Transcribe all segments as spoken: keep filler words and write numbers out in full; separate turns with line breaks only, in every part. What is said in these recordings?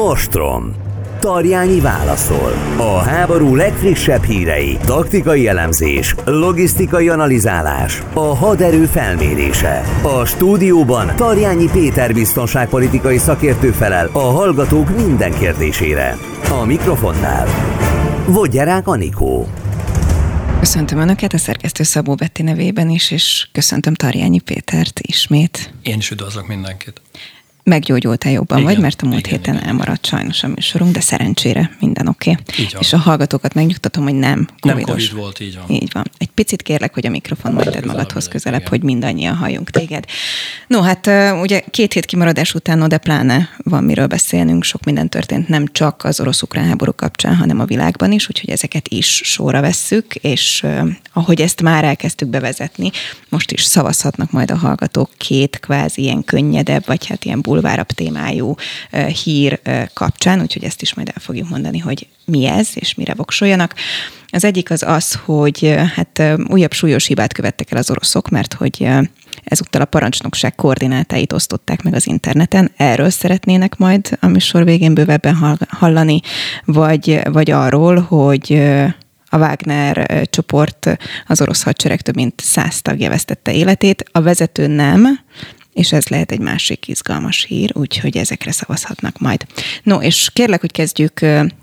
Ostrom. Tarjányi válaszol. A háború legfrissebb hírei, taktikai elemzés, logisztikai analizálás, a haderő felmérése. A stúdióban Tarjányi Péter biztonságpolitikai szakértő felel a hallgatók minden kérdésére. A mikrofonnál Vodgyerák Anikó.
Köszöntöm Önöket a szerkesztő Szabó Betti nevében is, és köszöntöm Tarjányi Pétert ismét.
Én is üdvözlök mindenkit.
Meggyógyultál jobban
igen,
vagy, mert a múlt
igen,
héten
igen.
elmaradt sajnos a műsorunk, de szerencsére minden oké. Okay.
van.
És a hallgatókat megnyugtatom, hogy nem covidos.
Nem Covid volt, így van.
Így van. Egy picit kérlek, hogy a mikrofon majd tedd magadhoz közelebb,
igen.
hogy mindannyian halljunk téged. No, hát ugye két hét kimaradás után, no, de pláne van miről beszélnünk, sok minden történt nem csak az orosz-ukrán háború kapcsán, hanem a világban is, úgyhogy ezeket is sorra vesszük, és uh, ahogy ezt már elkezdtük bevezetni, most is szavazhatnak majd a hallgatók két kvázi ilyen könnyedebb, vagy hát ilyen bulvárabb témájú uh, hír uh, kapcsán, úgyhogy ezt is majd el fogjuk mondani, hogy mi ez, és mire voksoljanak. Az egyik az az, hogy uh, hát uh, újabb súlyos hibát követtek el az oroszok, mert hogy uh, ezúttal a parancsnokság koordinátáit osztották meg az interneten. Erről szeretnének majd a műsor végén bővebben hallani, vagy, vagy arról, hogy uh, a Wagner csoport, az orosz hadsereg több mint száz tagja vesztette életét, a vezető nem, és ez lehet egy másik izgalmas hír, úgyhogy ezekre szavazhatnak majd. No, és kérlek, hogy kezdjük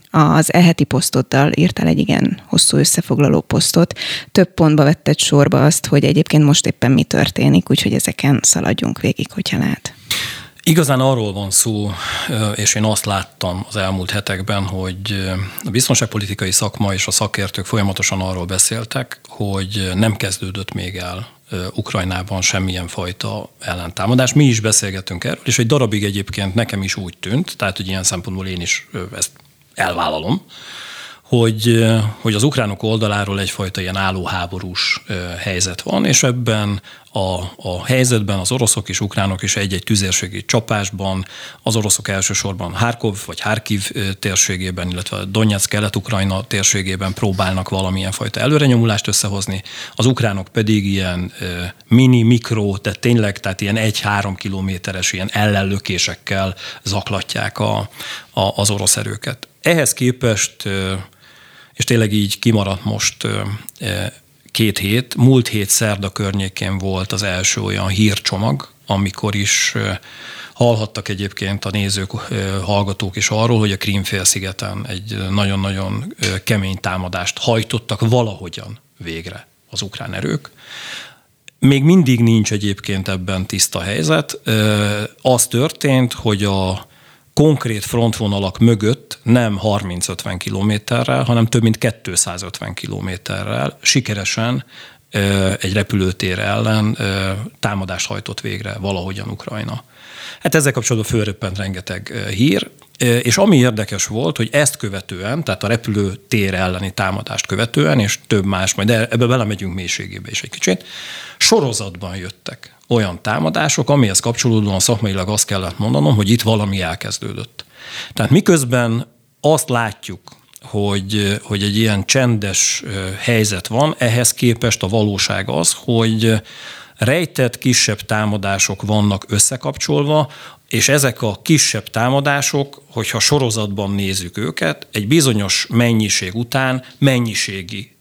az e-heti posztoddal, írtál egy igen hosszú összefoglaló posztot. Több pontba vetted sorba azt, hogy egyébként most éppen mi történik, úgyhogy ezeken szaladjunk végig, hogyha lehet.
Igazán arról van szó, és én azt láttam az elmúlt hetekben, hogy a biztonságpolitikai szakma és a szakértők folyamatosan arról beszéltek, hogy nem kezdődött még el Ukrajnában semmilyen fajta ellentámadás. Mi is beszélgetünk erről, és egy darabig egyébként nekem is úgy tűnt, tehát hogy ilyen szempontból én is ezt elvállalom, hogy, hogy az ukránok oldaláról egyfajta ilyen állóháborús helyzet van, és ebben a, a helyzetben az oroszok és ukránok is egy-egy tüzérségi csapásban, az oroszok elsősorban Harkov vagy Harkiv térségében, illetve Donetsk, Kelet-Ukrajna térségében próbálnak valamilyen fajta előrenyomulást összehozni, az ukránok pedig ilyen mini, mikro, tehát tényleg, tehát ilyen egy-három kilométeres ilyen ellenlökésekkel zaklatják a, a, az orosz erőket. Ehhez képest, és tényleg így kimaradt most két hét, múlt hét szerda környékén volt az első olyan hírcsomag, amikor is hallhattak egyébként a nézők, hallgatók is arról, hogy a Krím-félszigeten egy nagyon-nagyon kemény támadást hajtottak valahogyan végre az ukrán erők. Még mindig nincs egyébként ebben tiszta helyzet. Az történt, hogy a konkrét frontvonalak mögött nem harminc-ötven kilométerrel, hanem több mint kétszázötven kilométerrel sikeresen egy repülőtér ellen támadást hajtott végre valahogyan Ukrajna. Hát ezzel kapcsolatban fölröppent rengeteg hír, és ami érdekes volt, hogy ezt követően, tehát a repülőtér elleni támadást követően, és több más, majd ebbe belemegyünk mélységébe is egy kicsit, sorozatban jöttek olyan támadások, amihez kapcsolódóan szakmailag azt kellett mondanom, hogy itt valami elkezdődött. Tehát miközben azt látjuk, hogy, hogy egy ilyen csendes helyzet van, ehhez képest a valóság az, hogy rejtett kisebb támadások vannak összekapcsolva, és ezek a kisebb támadások, hogyha sorozatban nézzük őket, egy bizonyos mennyiség után mennyiségi,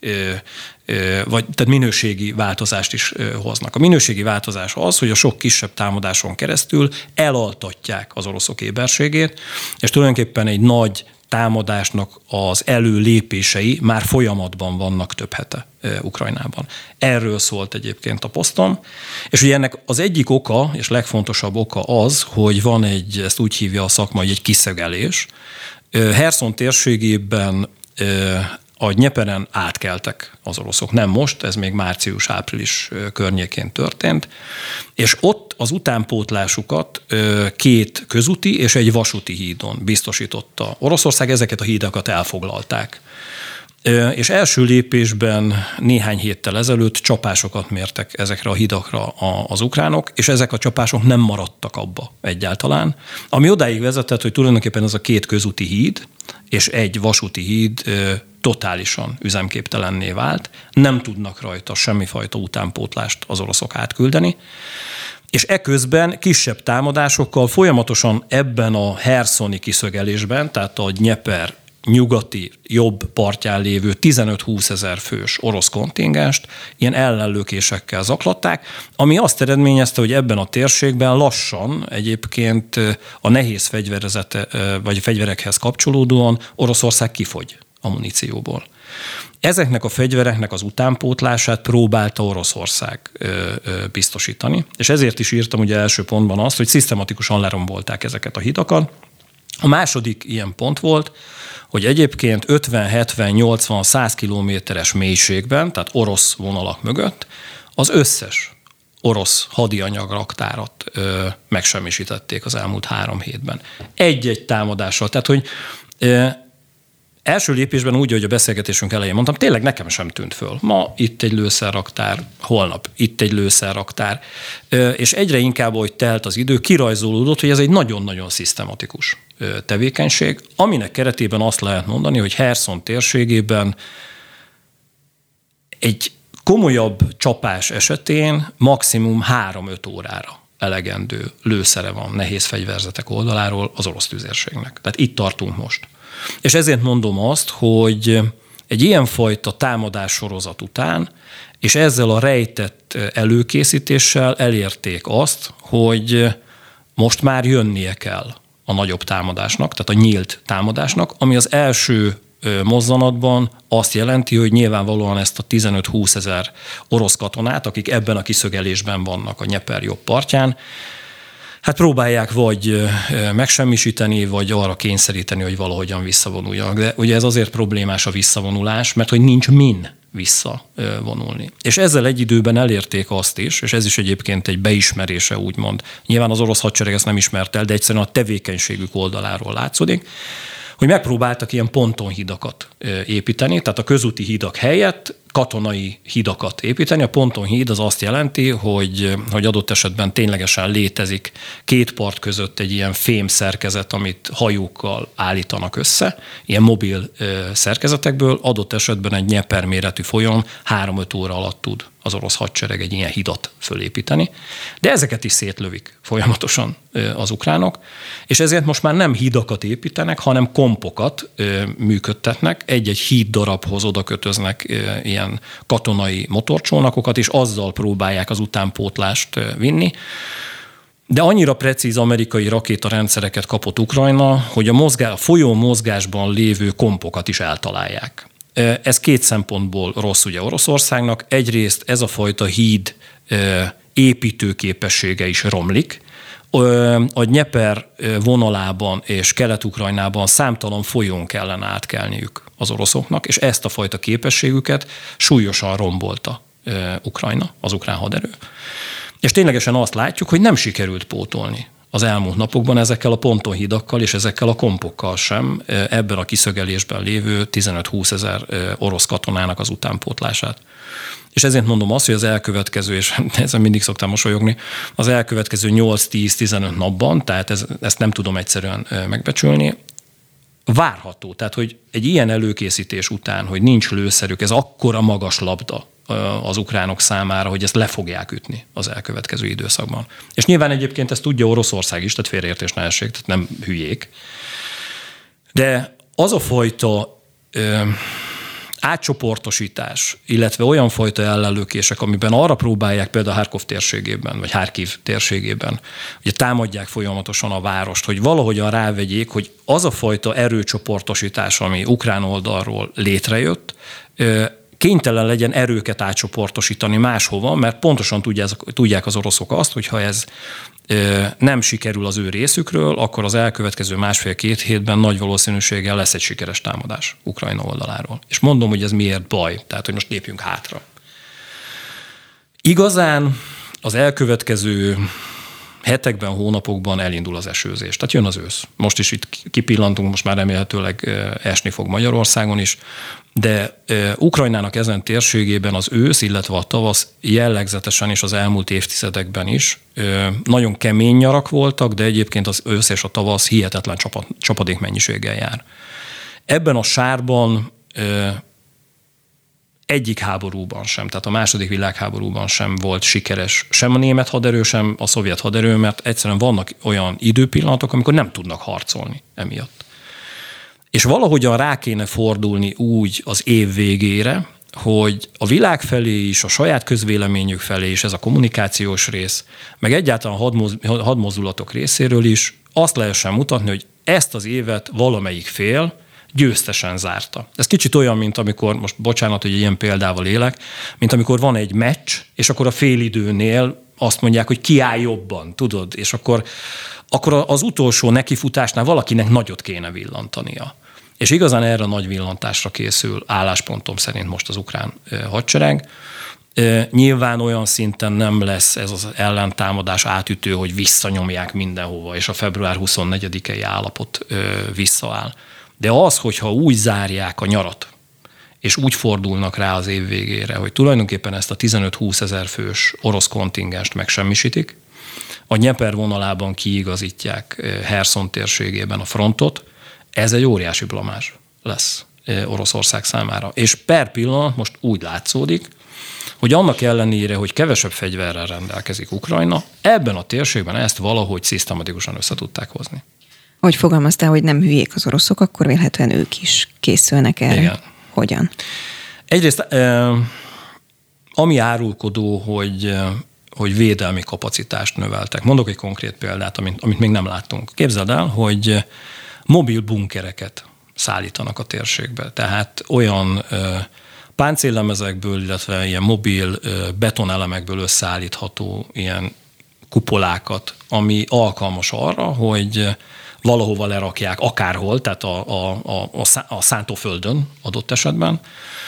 vagy tehát minőségi változást is hoznak. A minőségi változás az, hogy a sok kisebb támadáson keresztül elaltatják az oroszok éberségét, és tulajdonképpen egy nagy támadásnak az előlépései már folyamatban vannak több hete Ukrajnában. Erről szólt egyébként a posztom, és ugye ennek az egyik oka, és legfontosabb oka az, hogy van egy, ezt úgy hívja a szakma, hogy egy kiszögelés. Herszon térségében a Dnyeperen átkeltek az oroszok. Nem most, ez még március-április környékén történt, és ott az utánpótlásukat két közúti és egy vasúti hídon biztosította Oroszország, ezeket a hídakat elfoglalták. És első lépésben néhány héttel ezelőtt csapásokat mértek ezekre a hidakra az ukránok, és ezek a csapások nem maradtak abba egyáltalán. Ami odáig vezetett, hogy tulajdonképpen ez a két közúti híd és egy vasúti híd totálisan üzemképtelenné vált, nem tudnak rajta semmifajta utánpótlást az oroszok átküldeni. És eközben kisebb támadásokkal folyamatosan ebben a herszoni kiszögelésben, tehát a Dnyeper nyugati, jobb partján lévő tizenöt-húsz ezer fős orosz kontingenst ilyen ellenlökésekkel zaklatták, ami azt eredményezte, hogy ebben a térségben lassan egyébként a nehéz fegyverezete, vagy fegyverekhez kapcsolódóan Oroszország kifogy a munícióból. Ezeknek a fegyvereknek az utánpótlását próbálta Oroszország biztosítani, és ezért is írtam ugye első pontban azt, hogy szisztematikusan lerombolták ezeket a hidakat. A második ilyen pont volt, hogy egyébként ötven, hetven, nyolcvan, száz kilométeres mélységben, tehát orosz vonalak mögött az összes orosz hadianyagraktárat ö, megsemmisítették az elmúlt három hétben. Egy-egy támadással. Tehát, hogy ö, első lépésben úgy, hogy a beszélgetésünk elején mondtam, tényleg nekem sem tűnt föl. Ma itt egy lőszerraktár, holnap itt egy lőszerraktár, ö, és egyre inkább, ahogy telt az idő, kirajzolódott, hogy ez egy nagyon-nagyon szisztematikus tevékenység, aminek keretében azt lehet mondani, hogy Herszon térségében egy komolyabb csapás esetén maximum három-öt órára elegendő lőszere van nehéz fegyverzetek oldaláról az orosz tüzérségnek. Tehát itt tartunk most. És ezért mondom azt, hogy egy ilyenfajta támadás sorozat után, és ezzel a rejtett előkészítéssel elérték azt, hogy most már jönnie kell a nagyobb támadásnak, tehát a nyílt támadásnak, ami az első mozzanatban azt jelenti, hogy nyilvánvalóan ezt a tizenöt-húsz ezer orosz katonát, akik ebben a kiszögelésben vannak a Dnyeper jobb partján, hát próbálják vagy megsemmisíteni, vagy arra kényszeríteni, hogy valahogyan visszavonuljanak. De ugye ez azért problémás a visszavonulás, mert hogy nincs min visszavonulni. És ezzel egy időben elérték azt is, és ez is egyébként egy beismerése úgymond. Nyilván az orosz hadsereg ezt nem ismert el, de egyszerűen a tevékenységük oldaláról látszódik, hogy megpróbáltak ilyen pontonhidakat építeni, tehát a közúti hidak helyett katonai hidakat építeni. A pontonhíd az azt jelenti, hogy, hogy adott esetben ténylegesen létezik két part között egy ilyen fém szerkezet, amit hajókkal állítanak össze, ilyen mobil szerkezetekből, adott esetben egy Dnyeper méretű folyón három-öt óra alatt tud az orosz hadsereg egy ilyen hidat fölépíteni. De ezeket is szétlövik folyamatosan az ukránok, és ezért most már nem hidakat építenek, hanem kompokat működtetnek, egy-egy híd darabhoz oda kötöznek ilyen katonai motorcsónakokat, és azzal próbálják az utánpótlást vinni. De annyira precíz amerikai rakétarendszereket kapott Ukrajna, hogy a, mozgás, a folyó mozgásban lévő kompokat is eltalálják. Ez két szempontból rossz ugye Oroszországnak. Egyrészt ez a fajta híd építőképessége is romlik. A Dnyeper vonalában és Kelet-Ukrajnában számtalan folyón kellene átkelniük az oroszoknak, és ezt a fajta képességüket súlyosan rombolta Ukrajna, az ukrán haderő. És ténylegesen azt látjuk, hogy nem sikerült pótolni az elmúlt napokban ezekkel a pontonhidakkal és ezekkel a kompokkal sem ebben a kiszögelésben lévő tizenöt-húsz ezer orosz katonának az utánpótlását. És ezért mondom azt, hogy az elkövetkező, és ezen mindig szoktam mosolyogni, az elkövetkező nyolc-tíz-tizenöt napban, tehát ez, ezt nem tudom egyszerűen megbecsülni, várható. Tehát, hogy egy ilyen előkészítés után, hogy nincs lőszerük, ez akkora magas labda az ukránok számára, hogy ezt le fogják ütni az elkövetkező időszakban. És nyilván egyébként ezt tudja Oroszország is, tehát félreértés ne essék, tehát nem hülyék. De az a fajta ö, átcsoportosítás, illetve olyan fajta ellenlökések, amiben arra próbálják például Harkov térségében, vagy Harkiv térségében, ugye támadják folyamatosan a várost, hogy valahogyan rávegyék, hogy az a fajta erőcsoportosítás, ami ukrán oldalról létrejött, ö, kénytelen legyen erőket átcsoportosítani máshova, mert pontosan tudják az oroszok azt, hogy ha ez nem sikerül az ő részükről, akkor az elkövetkező másfél-két hétben nagy valószínűséggel lesz egy sikeres támadás Ukrajna oldaláról. És mondom, hogy ez miért baj, tehát hogy most lépjünk hátra. Igazán az elkövetkező hetekben, hónapokban elindul az esőzés. Tehát jön az ősz. Most is itt kipillantunk, most már remélhetőleg esni fog Magyarországon is, de Ukrajnának ezen térségében az ősz, illetve a tavasz jellegzetesen is az elmúlt évtizedekben is nagyon kemény nyarak voltak, de egyébként az ősz és a tavasz hihetetlen csapadékmennyiséggel jár. Ebben a sárban egyik háborúban sem, tehát a második világháborúban sem volt sikeres sem a német haderő, sem a szovjet haderő, mert egyszerűen vannak olyan időpillanatok, amikor nem tudnak harcolni emiatt. És valahogyan rá kéne fordulni úgy az év végére, hogy a világ felé is, a saját közvéleményük felé is, ez a kommunikációs rész, meg egyáltalán a hadmozdulatok részéről is azt lehessen mutatni, hogy ezt az évet valamelyik fél győztesen zárta. Ez kicsit olyan, mint amikor, most bocsánat, hogy ilyen példával élek, mint amikor van egy meccs, és akkor a félidőnél azt mondják, hogy ki áll jobban, tudod, és akkor, akkor az utolsó nekifutásnál valakinek nagyot kéne villantania. És igazán erre a nagy villantásra készül álláspontom szerint most az ukrán hadsereg. Nyilván olyan szinten nem lesz ez az ellentámadás átütő, hogy visszanyomják mindenhova, és a február huszonnegyedikei állapot visszaáll. De az, hogyha úgy zárják a nyarat, és úgy fordulnak rá az év végére, hogy tulajdonképpen ezt a tizenöt-húsz ezer fős orosz kontingenst megsemmisítik, a Dnyeper vonalában kiigazítják Herszon térségében a frontot, ez egy óriási blamás lesz Oroszország számára. És per pillanat most úgy látszódik, hogy annak ellenére, hogy kevesebb fegyverrel rendelkezik Ukrajna, ebben a térségben ezt valahogy szisztematikusan össze tudták hozni.
Ahogy fogalmaztál, hogy nem hülyék az oroszok, akkor vélhetően ők is készülnek erre.
Igen.
Hogyan?
Egyrészt, ami árulkodó, hogy, hogy védelmi kapacitást növeltek. Mondok egy konkrét példát, amit, amit még nem láttunk. Képzeld el, hogy mobil bunkereket szállítanak a térségbe. Tehát olyan páncéllemezekből, illetve ilyen mobil betonelemekből összeállítható ilyen kupolákat, ami alkalmas arra, hogy valahova lerakják, akárhol, tehát a, a, a, a szántóföldön adott esetben,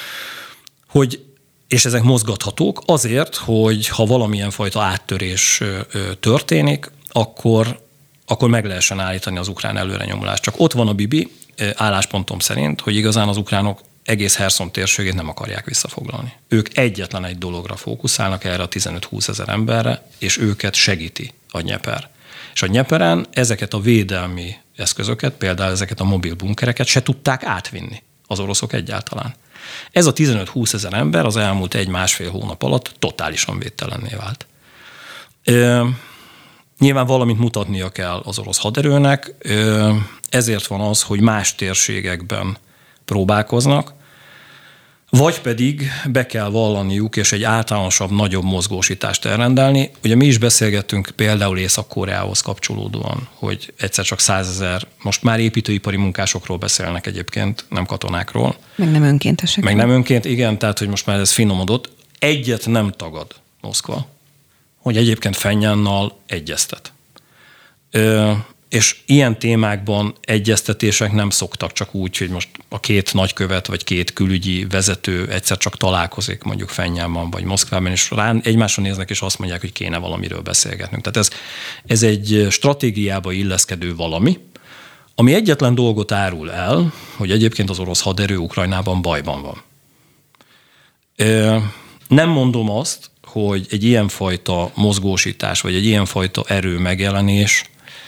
hogy, és ezek mozgathatók azért, hogy ha valamilyen fajta áttörés történik, akkor, akkor meg lehessen állítani az ukrán előrenyomulást. Csak ott van a bibi, álláspontom szerint, hogy igazán az ukránok egész Herszon térségét nem akarják visszafoglalni. Ők egyetlen egy dologra fókuszálnak, erre a tizenöt-húsz ezer emberre, és őket segíti a Dnyeper. És a Dnyeperen ezeket a védelmi eszközöket, például ezeket a mobil bunkereket se tudták átvinni az oroszok egyáltalán. Ez a tizenöt-húsz ezer ember az elmúlt egy-másfél hónap alatt totálisan védtelenné vált. Ö, nyilván valamit mutatnia kell az orosz haderőnek, ö, ezért van az, hogy más térségekben próbálkoznak, vagy pedig be kell vallaniuk, és egy általánosabb, nagyobb mozgósítást elrendelni. Ugye mi is beszélgettünk például Észak-Koreához kapcsolódóan, hogy egyszer csak százezer, most már építőipari munkásokról beszélnek egyébként, nem katonákról.
Meg nem önkéntesek.
Meg nem önként, igen, tehát hogy most már ez finomodott. Egyet nem tagad Moszkva, hogy egyébként Fennyánnal egyeztet. Ö, És ilyen témákban egyeztetések nem szoktak csak úgy, hogy most a két nagykövet vagy két külügyi vezető egyszer csak találkozik mondjuk Fennyánban vagy Moszkvában, és rá egymásra néznek, és azt mondják, hogy kéne valamiről beszélgetnünk. Tehát ez, ez egy stratégiába illeszkedő valami, ami egyetlen dolgot árul el, hogy egyébként az orosz haderő Ukrajnában bajban van. Nem mondom azt, hogy egy ilyenfajta mozgósítás, vagy egy ilyenfajta erő megjelenés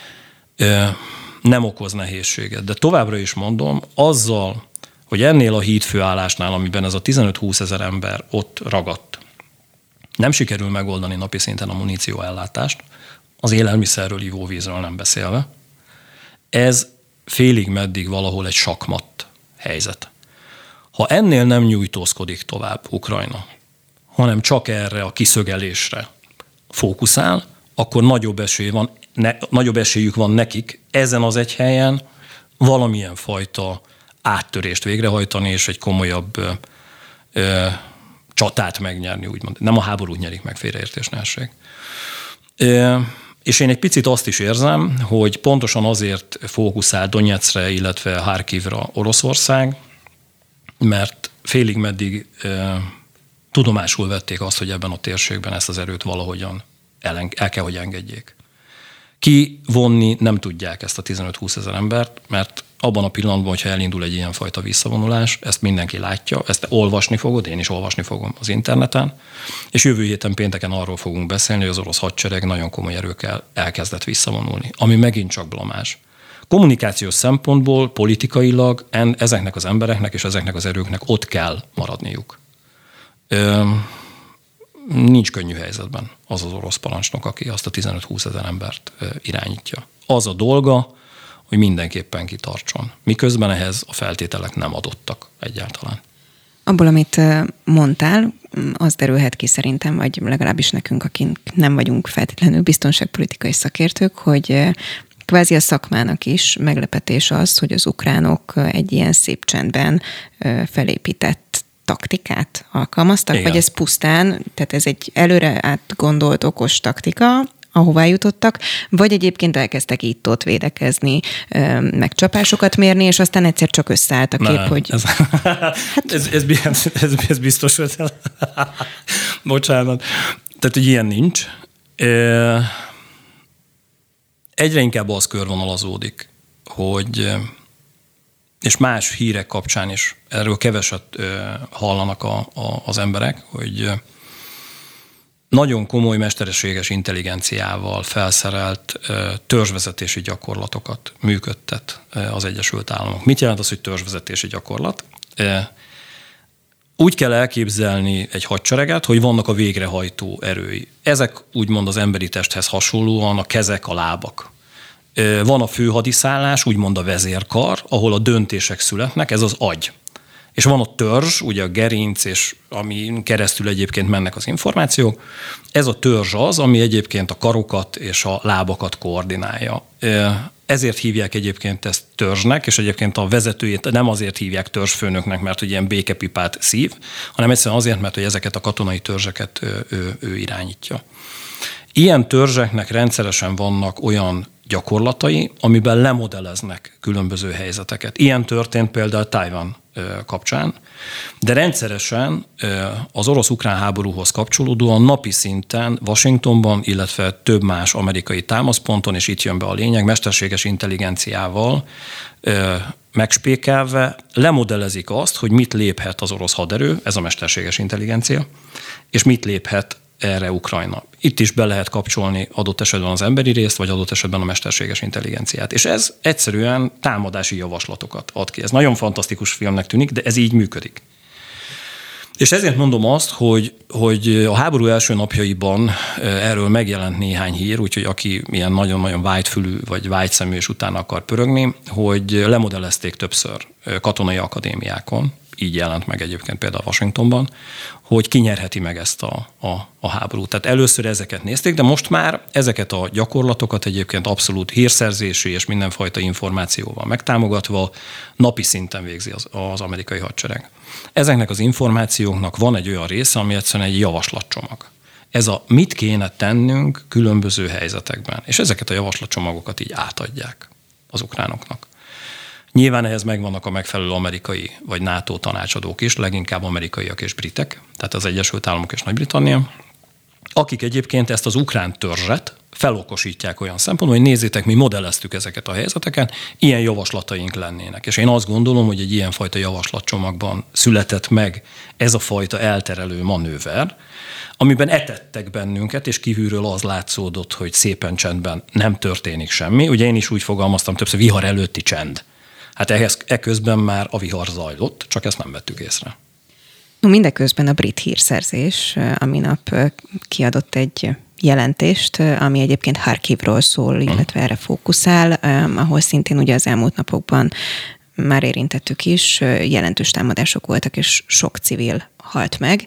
nem okoz nehézséget. De továbbra is mondom, azzal, hogy ennél a hídfőállásnál, amiben ez a tizenöt-húsz ezer ember ott ragadt, nem sikerül megoldani napi szinten a munícióellátást, az élelmiszerről, ivóvízről nem beszélve, ez félig meddig valahol egy sakmatt helyzet. Ha ennél nem nyújtózkodik tovább Ukrajna, hanem csak erre a kiszögelésre fókuszál, akkor nagyobb esély van, ne, nagyobb esélyük van nekik ezen az egy helyen valamilyen fajta áttörést végrehajtani, és egy komolyabb ö, ö, csatát megnyerni, úgymond. Nem a háborút nyerik meg, félreértés ne essék. Ö, és én egy picit azt is érzem, hogy pontosan azért fókuszál Donyeckre, illetve Harkivra Oroszország, mert félig meddig ö, tudomásul vették azt, hogy ebben a térségben ezt az erőt valahogyan el, el kell, hogy engedjék. Kivonni nem tudják ezt a tizenöt-húsz ezer embert, mert abban a pillanatban, hogyha elindul egy ilyenfajta visszavonulás, ezt mindenki látja, ezt olvasni fogod, én is olvasni fogom az interneten, és jövő héten pénteken arról fogunk beszélni, hogy az orosz hadsereg nagyon komoly erőkkel elkezdett visszavonulni, ami megint csak blamás. Kommunikációs szempontból, politikailag ezeknek az embereknek és ezeknek az erőknek ott kell maradniuk. nincs könnyű helyzetben az az orosz parancsnok, aki azt a tizenöt-húsz ezer embert irányítja. Az a dolga, hogy mindenképpen kitartson. Miközben ehhez a feltételek nem adottak egyáltalán.
Abból, amit mondtál, az derülhet ki szerintem, vagy legalábbis nekünk, akik nem vagyunk feltétlenül biztonságpolitikai szakértők, hogy kvázi a szakmának is meglepetés az, hogy az ukránok egy ilyen szép csendben felépített taktikát alkalmaztak, Igen. vagy ez pusztán, tehát ez egy előre átgondolt, okos taktika, ahová jutottak, vagy egyébként elkezdtek itt-ott védekezni, meg csapásokat mérni, és aztán egyszer csak összeállt a kép, Nem, hogy...
Ez, hát... ez, ez, ez, ez biztos, hogy... Bocsánat. Tehát, hogy ilyen nincs. Egyre inkább az körvonalazódik, hogy és más hírek kapcsán is erről keveset hallanak a, a, az emberek, hogy nagyon komoly mesterséges intelligenciával felszerelt törzsvezetési gyakorlatokat működtet az Egyesült Államok. Mit jelent az, hogy törzsvezetési gyakorlat? Úgy kell elképzelni egy hadsereget, hogy vannak a végrehajtó erői. Ezek úgymond az emberi testhez hasonlóan a kezek, a lábak. Van a főhadiszállás, úgymond a vezérkar, ahol a döntések születnek, ez az agy. És van a törzs, ugye a gerinc, és ami keresztül egyébként mennek az információk. Ez a törzs az, ami egyébként a karokat és a lábakat koordinálja. Ezért hívják egyébként ezt törzsnek, és egyébként a vezetőjét nem azért hívják törzsfőnöknek, mert hogy ilyen békepipát szív, hanem egyszerűen azért, mert hogy ezeket a katonai törzseket ő, ő, ő irányítja. Ilyen törzseknek rendszeresen vannak olyan gyakorlatai, amiben lemodeleznek különböző helyzeteket. Ilyen történt például Tajvan kapcsán, de rendszeresen az orosz-ukrán háborúhoz kapcsolódóan napi szinten Washingtonban, illetve több más amerikai támaszponton, és itt jön be a lényeg, mesterséges intelligenciával megspékelve lemodelezik azt, hogy mit léphet az orosz haderő, ez a mesterséges intelligencia, és mit léphet erre Ukrajna. Itt is be lehet kapcsolni adott esetben az emberi részt, vagy adott esetben a mesterséges intelligenciát. És ez egyszerűen támadási javaslatokat ad ki. Ez nagyon fantasztikus filmnek tűnik, de ez így működik. És ezért mondom azt, hogy, hogy a háború első napjaiban erről megjelent néhány hír, úgyhogy aki ilyen nagyon-nagyon vágyfülű, vagy vágyszemű és utána akar pörögni, hogy lemodelezték többször katonai akadémiákon, így jelent meg egyébként például Washingtonban, hogy ki nyerheti meg ezt a, a, a háborút. Tehát először ezeket nézték, de most már ezeket a gyakorlatokat egyébként abszolút hírszerzési és mindenfajta információval megtámogatva napi szinten végzi az, az amerikai hadsereg. Ezeknek az információknak van egy olyan része, ami egyszerűen egy javaslatcsomag. Ez a mit kéne tennünk különböző helyzetekben. És ezeket a javaslatcsomagokat így átadják az ukránoknak. Nyilván ehhez megvannak a megfelelő amerikai vagy NATO tanácsadók is, leginkább amerikaiak és britek, tehát az Egyesült Államok és Nagy-Britannia, akik egyébként ezt az ukrán törzset felokosítják olyan szempontból, hogy nézzétek, mi modelleztük ezeket a helyzeteket, ilyen javaslataink lennének. És én azt gondolom, hogy egy ilyenfajta javaslatcsomagban született meg ez a fajta elterelő manőver, amiben etettek bennünket, és kívülről az látszódott, hogy szépen csendben nem történik semmi. Ugye én is úgy fogalmaztam többször, vihar előtti csend. Hát ehhez eközben már a vihar zajlott, csak ezt nem vettük észre.
Mindeközben a brit hírszerzés a minap kiadott egy jelentést, ami egyébként Harkivról szól, illetve erre fókuszál, ahol szintén ugye az elmúlt napokban már érintettük is, jelentős támadások voltak, és sok civil halt meg,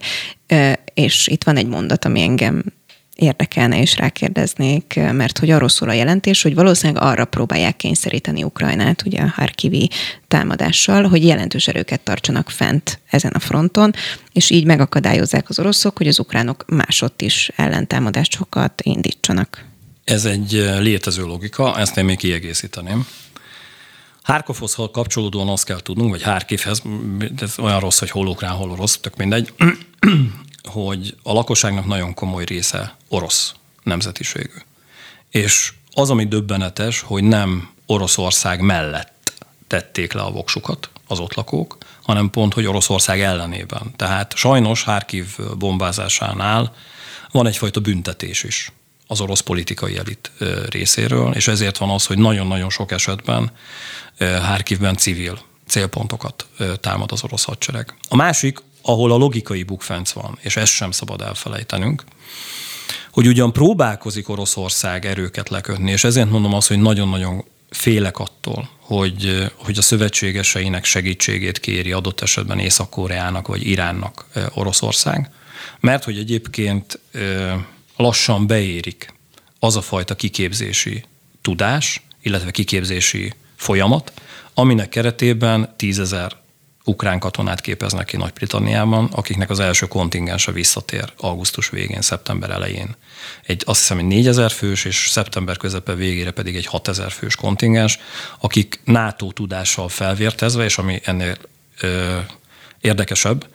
és itt van egy mondat, ami engem érdekelne, és rákérdeznék, mert hogy arról szól a jelentés, hogy valószínűleg arra próbálják kényszeríteni Ukrajnát, ugye a harkivi támadással, hogy jelentős erőket tartsanak fent ezen a fronton, és így megakadályozzák az oroszok, hogy az ukránok másodt is ellentámadásokat indítsanak.
Ez egy létező logika, ezt én még kiegészíteném. Harkovhoz kapcsolódóan azt kell tudnunk, vagy Harkivhez, ez olyan rossz, hogy hol ukrán, hol orosz, tök mindegy, hogy a lakosságnak nagyon komoly része orosz nemzetiségű. És az, ami döbbenetes, hogy nem Oroszország mellett tették le a voksukat az ott lakók, hanem pont, hogy Oroszország ellenében. Tehát sajnos Harkiv bombázásánál van egyfajta büntetés is az orosz politikai elit részéről, és ezért van az, hogy nagyon-nagyon sok esetben Harkivben civil célpontokat támad az orosz hadsereg. A másik, ahol a logikai bukfenc van, és ezt sem szabad elfelejtenünk, hogy ugyan próbálkozik Oroszország erőket lekötni, és ezért mondom azt, hogy nagyon-nagyon félek attól, hogy, hogy a szövetségeseinek segítségét kéri adott esetben Észak-Koreának vagy Iránnak Oroszország, mert hogy egyébként lassan beérik az a fajta kiképzési tudás, illetve kiképzési folyamat, aminek keretében tízezer ukrán katonát képeznek ki Nagy-Britanniában, akiknek az első kontingense visszatér augusztus végén, szeptember elején. Egy, azt hiszem, egy négyezer fős, és szeptember közepe végére pedig egy hatezer fős kontingens, akik NATO tudással felvértezve, és ami ennél ö, érdekesebb,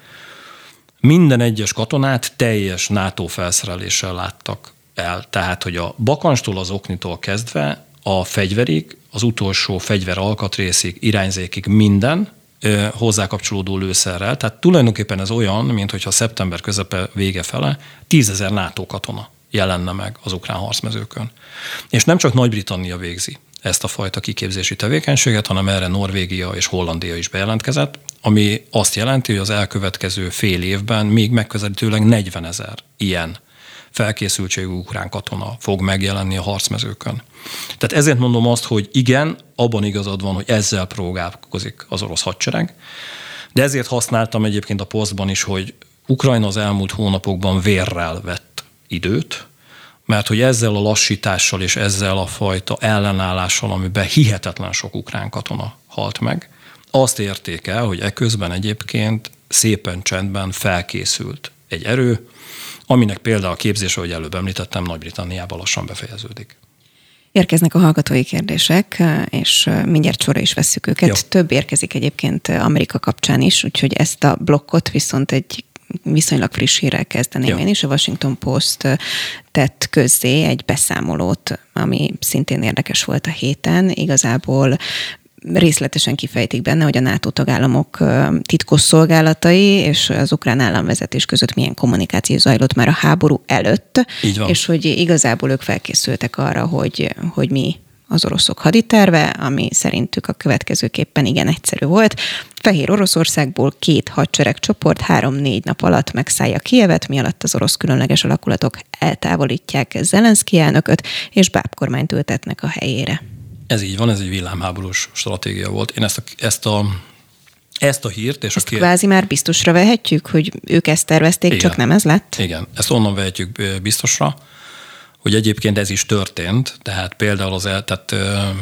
minden egyes katonát teljes NATO felszereléssel láttak el. Tehát, hogy a bakanstól az oknitól kezdve a fegyverig, az utolsó fegyver alkatrészig, irányzékig minden ö, hozzá kapcsolódó lőszerrel. Tehát tulajdonképpen ez olyan, mint hogyha szeptember közepe vége fele tízezer NATO katona jelenne meg az ukrán harcmezőkön. És nem csak Nagy-Britannia végzi ezt a fajta kiképzési tevékenységet, hanem erre Norvégia és Hollandia is bejelentkezett, ami azt jelenti, hogy az elkövetkező fél évben még megközelítőleg negyvenezer ilyen felkészültségű ukrán katona fog megjelenni a harcmezőkön. Tehát ezért mondom azt, hogy igen, abban igazad van, hogy ezzel próbálkozik az orosz hadsereg, de ezért használtam egyébként a posztban is, hogy Ukrajna az elmúlt hónapokban vérrel vett időt, mert hogy ezzel a lassítással és ezzel a fajta ellenállással, amiben hihetetlen sok ukrán katona halt meg, azt érték el, hogy eközben egyébként szépen csendben felkészült egy erő, aminek például a képzése, ahogy előbb említettem, Nagy-Britanniában lassan befejeződik.
Érkeznek a hallgatói kérdések, és mindjárt sorra is vesszük őket. Ja. Több érkezik egyébként Amerika kapcsán is, úgyhogy ezt a blokkot viszont egy viszonylag friss hírrel kezdeném ja. én is. A Washington Post tett közzé egy beszámolót, ami szintén érdekes volt a héten. Igazából részletesen kifejtik benne, hogy a NATO tagállamok titkosszolgálatai és az ukrán államvezetés között milyen kommunikáció zajlott már a háború előtt, és hogy igazából ők felkészültek arra, hogy, hogy mi az oroszok haditerve, ami szerintük a következőképpen igen egyszerű volt. Fehér Oroszországból két hadseregcsoport három-négy nap alatt megszállja Kijevet, mi alatt az orosz különleges alakulatok eltávolítják Zelenszky elnököt, és bábkormányt ültetnek a helyére.
Ez így van, ez egy villámháborús stratégia volt. Én ezt a, ezt a, ezt a hírt... és
ezt
a kér...
kvázi már biztosra vehetjük, hogy ők ezt tervezték, igen, csak nem ez lett?
Igen, ezt onnan vehetjük biztosra, hogy egyébként ez is történt, tehát például az el, tehát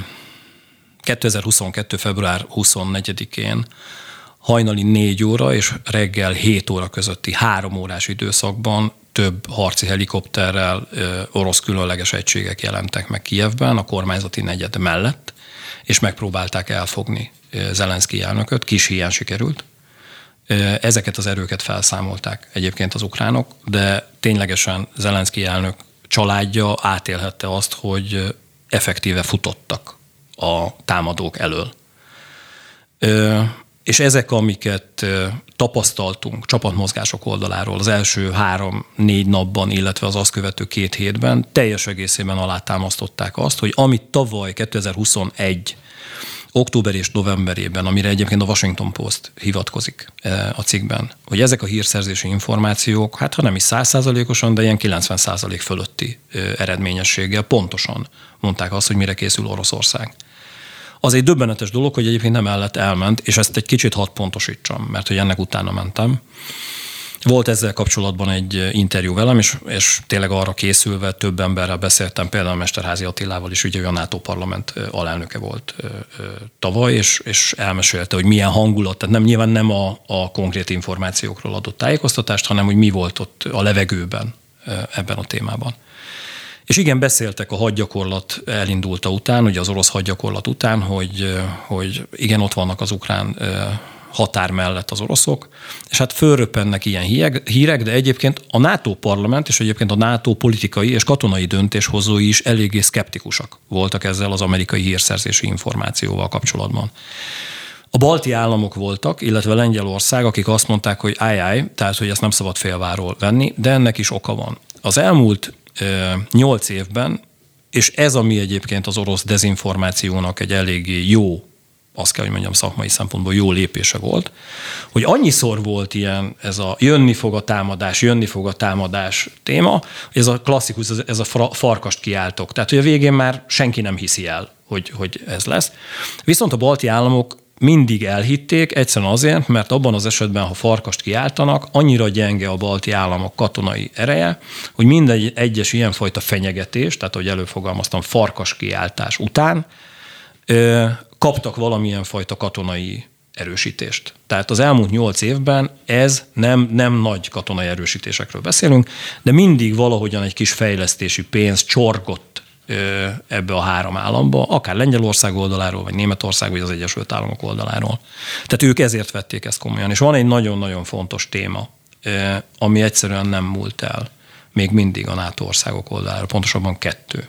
kétezer-huszonkettő. február huszonnegyedikén hajnali négy óra és reggel hét óra közötti három órás időszakban több harci helikopterrel orosz különleges egységek jelentek meg Kijevben, a kormányzati negyed mellett, és megpróbálták elfogni Zelenszky elnököt, kis híján sikerült. Ezeket az erőket felszámolták egyébként az ukránok, de ténylegesen Zelenszky elnök családja átélhette azt, hogy effektíve futottak a támadók elől. És ezek, amiket tapasztaltunk csapatmozgások oldaláról az első három-négy napban, illetve az azt követő két hétben teljes egészében alátámasztották azt, hogy amit tavaly kétezer-huszonegy október és novemberében, amire egyébként a Washington Post hivatkozik a cikkben, hogy ezek a hírszerzési információk, hát ha nem is száz százalékosan, de ilyen kilencven százalék fölötti eredményességgel pontosan mondták azt, hogy mire készül Oroszország. Az egy döbbenetes dolog, hogy egyébként nem mellett elment, és ezt egy kicsit hadd pontosítsam, mert hogy ennek utána mentem. Volt ezzel kapcsolatban egy interjú velem, és, és tényleg arra készülve több emberrel beszéltem, például Mesterházy Attilával is, ugye a NATO parlament alelnöke volt tavaly, és, és elmesélte, hogy milyen hangulat, tehát nem, nyilván nem a, a konkrét információkról adott tájékoztatást, hanem hogy mi volt ott a levegőben ebben a témában. És igen, beszéltek a hadgyakorlat elindulta után, ugye az orosz hadgyakorlat után, hogy, hogy igen, ott vannak az ukrán határ mellett az oroszok, és hát fölröppennek ilyen hírek, de egyébként a NATO parlament és egyébként a NATO politikai és katonai döntéshozói is eléggé szkeptikusak voltak ezzel az amerikai hírszerzési információval kapcsolatban. A balti államok voltak, illetve Lengyelország, akik azt mondták, hogy áj-áj, tehát hogy ezt nem szabad félváról venni, de ennek is oka van. Az elmúlt nyolc évben, és ez ami egyébként az orosz dezinformációnak egy eléggé jó azt kell, hogy mondjam, szakmai szempontból jó lépése volt, hogy annyiszor volt ilyen, ez a jönni fog a támadás, jönni fog a támadás téma, hogy ez a klasszikus, ez a farkast kiáltok. Tehát, hogy a végén már senki nem hiszi el, hogy, hogy ez lesz. Viszont a balti államok mindig elhitték, egyszerűen azért, mert abban az esetben, ha farkast kiáltanak, annyira gyenge a balti államok katonai ereje, hogy minden egyes ilyenfajta fenyegetés, tehát ahogy előfogalmaztam, farkas kiáltás után ö, kaptak valamilyen fajta katonai erősítést. Tehát az elmúlt nyolc évben ez nem, nem nagy katonai erősítésekről beszélünk, de mindig valahogyan egy kis fejlesztési pénz csorgott ebbe a három államba, akár Lengyelország oldaláról, vagy Németország, vagy az Egyesült Államok oldaláról. Tehát ők ezért vették ezt komolyan. És van egy nagyon-nagyon fontos téma, ami egyszerűen nem múlt el még mindig a NATO országok oldaláról, pontosabban kettő.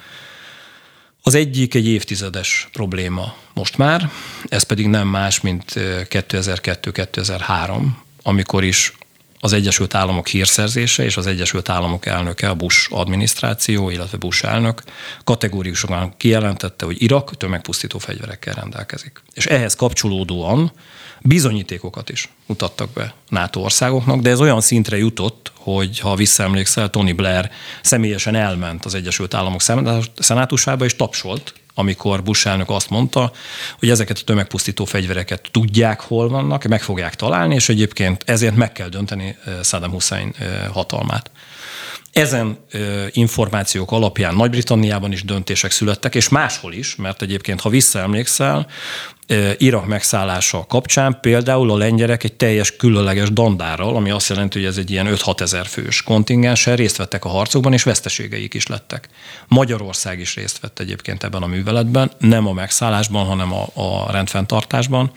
Az egyik egy évtizedes probléma most már, ez pedig nem más, mint kétezer-kettő kétezer-három, amikor is az Egyesült Államok hírszerzése és az Egyesült Államok elnöke, a Bush adminisztráció, illetve Bush elnök kategórikusan kijelentette, hogy Irak tömegpusztító fegyverekkel rendelkezik. És ehhez kapcsolódóan bizonyítékokat is mutattak be NATO országoknak, de ez olyan szintre jutott, hogy ha visszaemlékszel, Tony Blair személyesen elment az Egyesült Államok szenátusába és tapsolt, amikor Bush elnök azt mondta, hogy ezeket a tömegpusztító fegyvereket tudják, hol vannak, meg fogják találni, és egyébként ezért meg kell dönteni Saddam Hussein hatalmát. Ezen információk alapján Nagy-Britanniában is döntések születtek, és máshol is, mert egyébként, ha visszaemlékszel, Irak megszállása kapcsán például a lengyelek egy teljes különleges dandárral, ami azt jelenti, hogy ez egy ilyen öt-hat ezer fős kontingenssel részt vettek a harcokban, és veszteségeik is lettek. Magyarország is részt vett egyébként ebben a műveletben, nem a megszállásban, hanem a, a rendfenntartásban.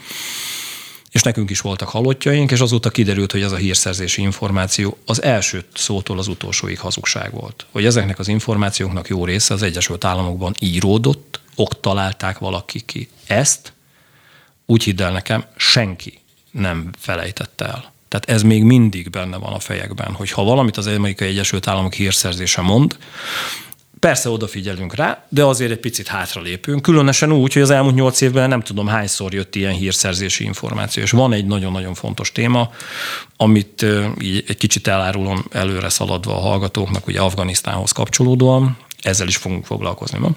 És nekünk is voltak halottjaink, és azóta kiderült, hogy ez a hírszerzési információ az első szótól az utolsóig hazugság volt. Hogy ezeknek az információknak jó része az Egyesült Államokban íródott, ok találták valaki ki. Ezt, úgy hidd el nekem, senki nem felejtette el. Tehát ez még mindig benne van a fejekben, hogy ha valamit az Amerikai Egyesült Államok hírszerzése mond, persze odafigyelünk rá, de azért egy picit hátralépünk, különösen úgy, hogy az elmúlt nyolc évben nem tudom hányszor jött ilyen hírszerzési információ. És van egy nagyon-nagyon fontos téma, amit így egy kicsit elárulom előre szaladva a hallgatóknak, ugye Afganisztánhoz kapcsolódóan, ezzel is fogunk foglalkozni ma.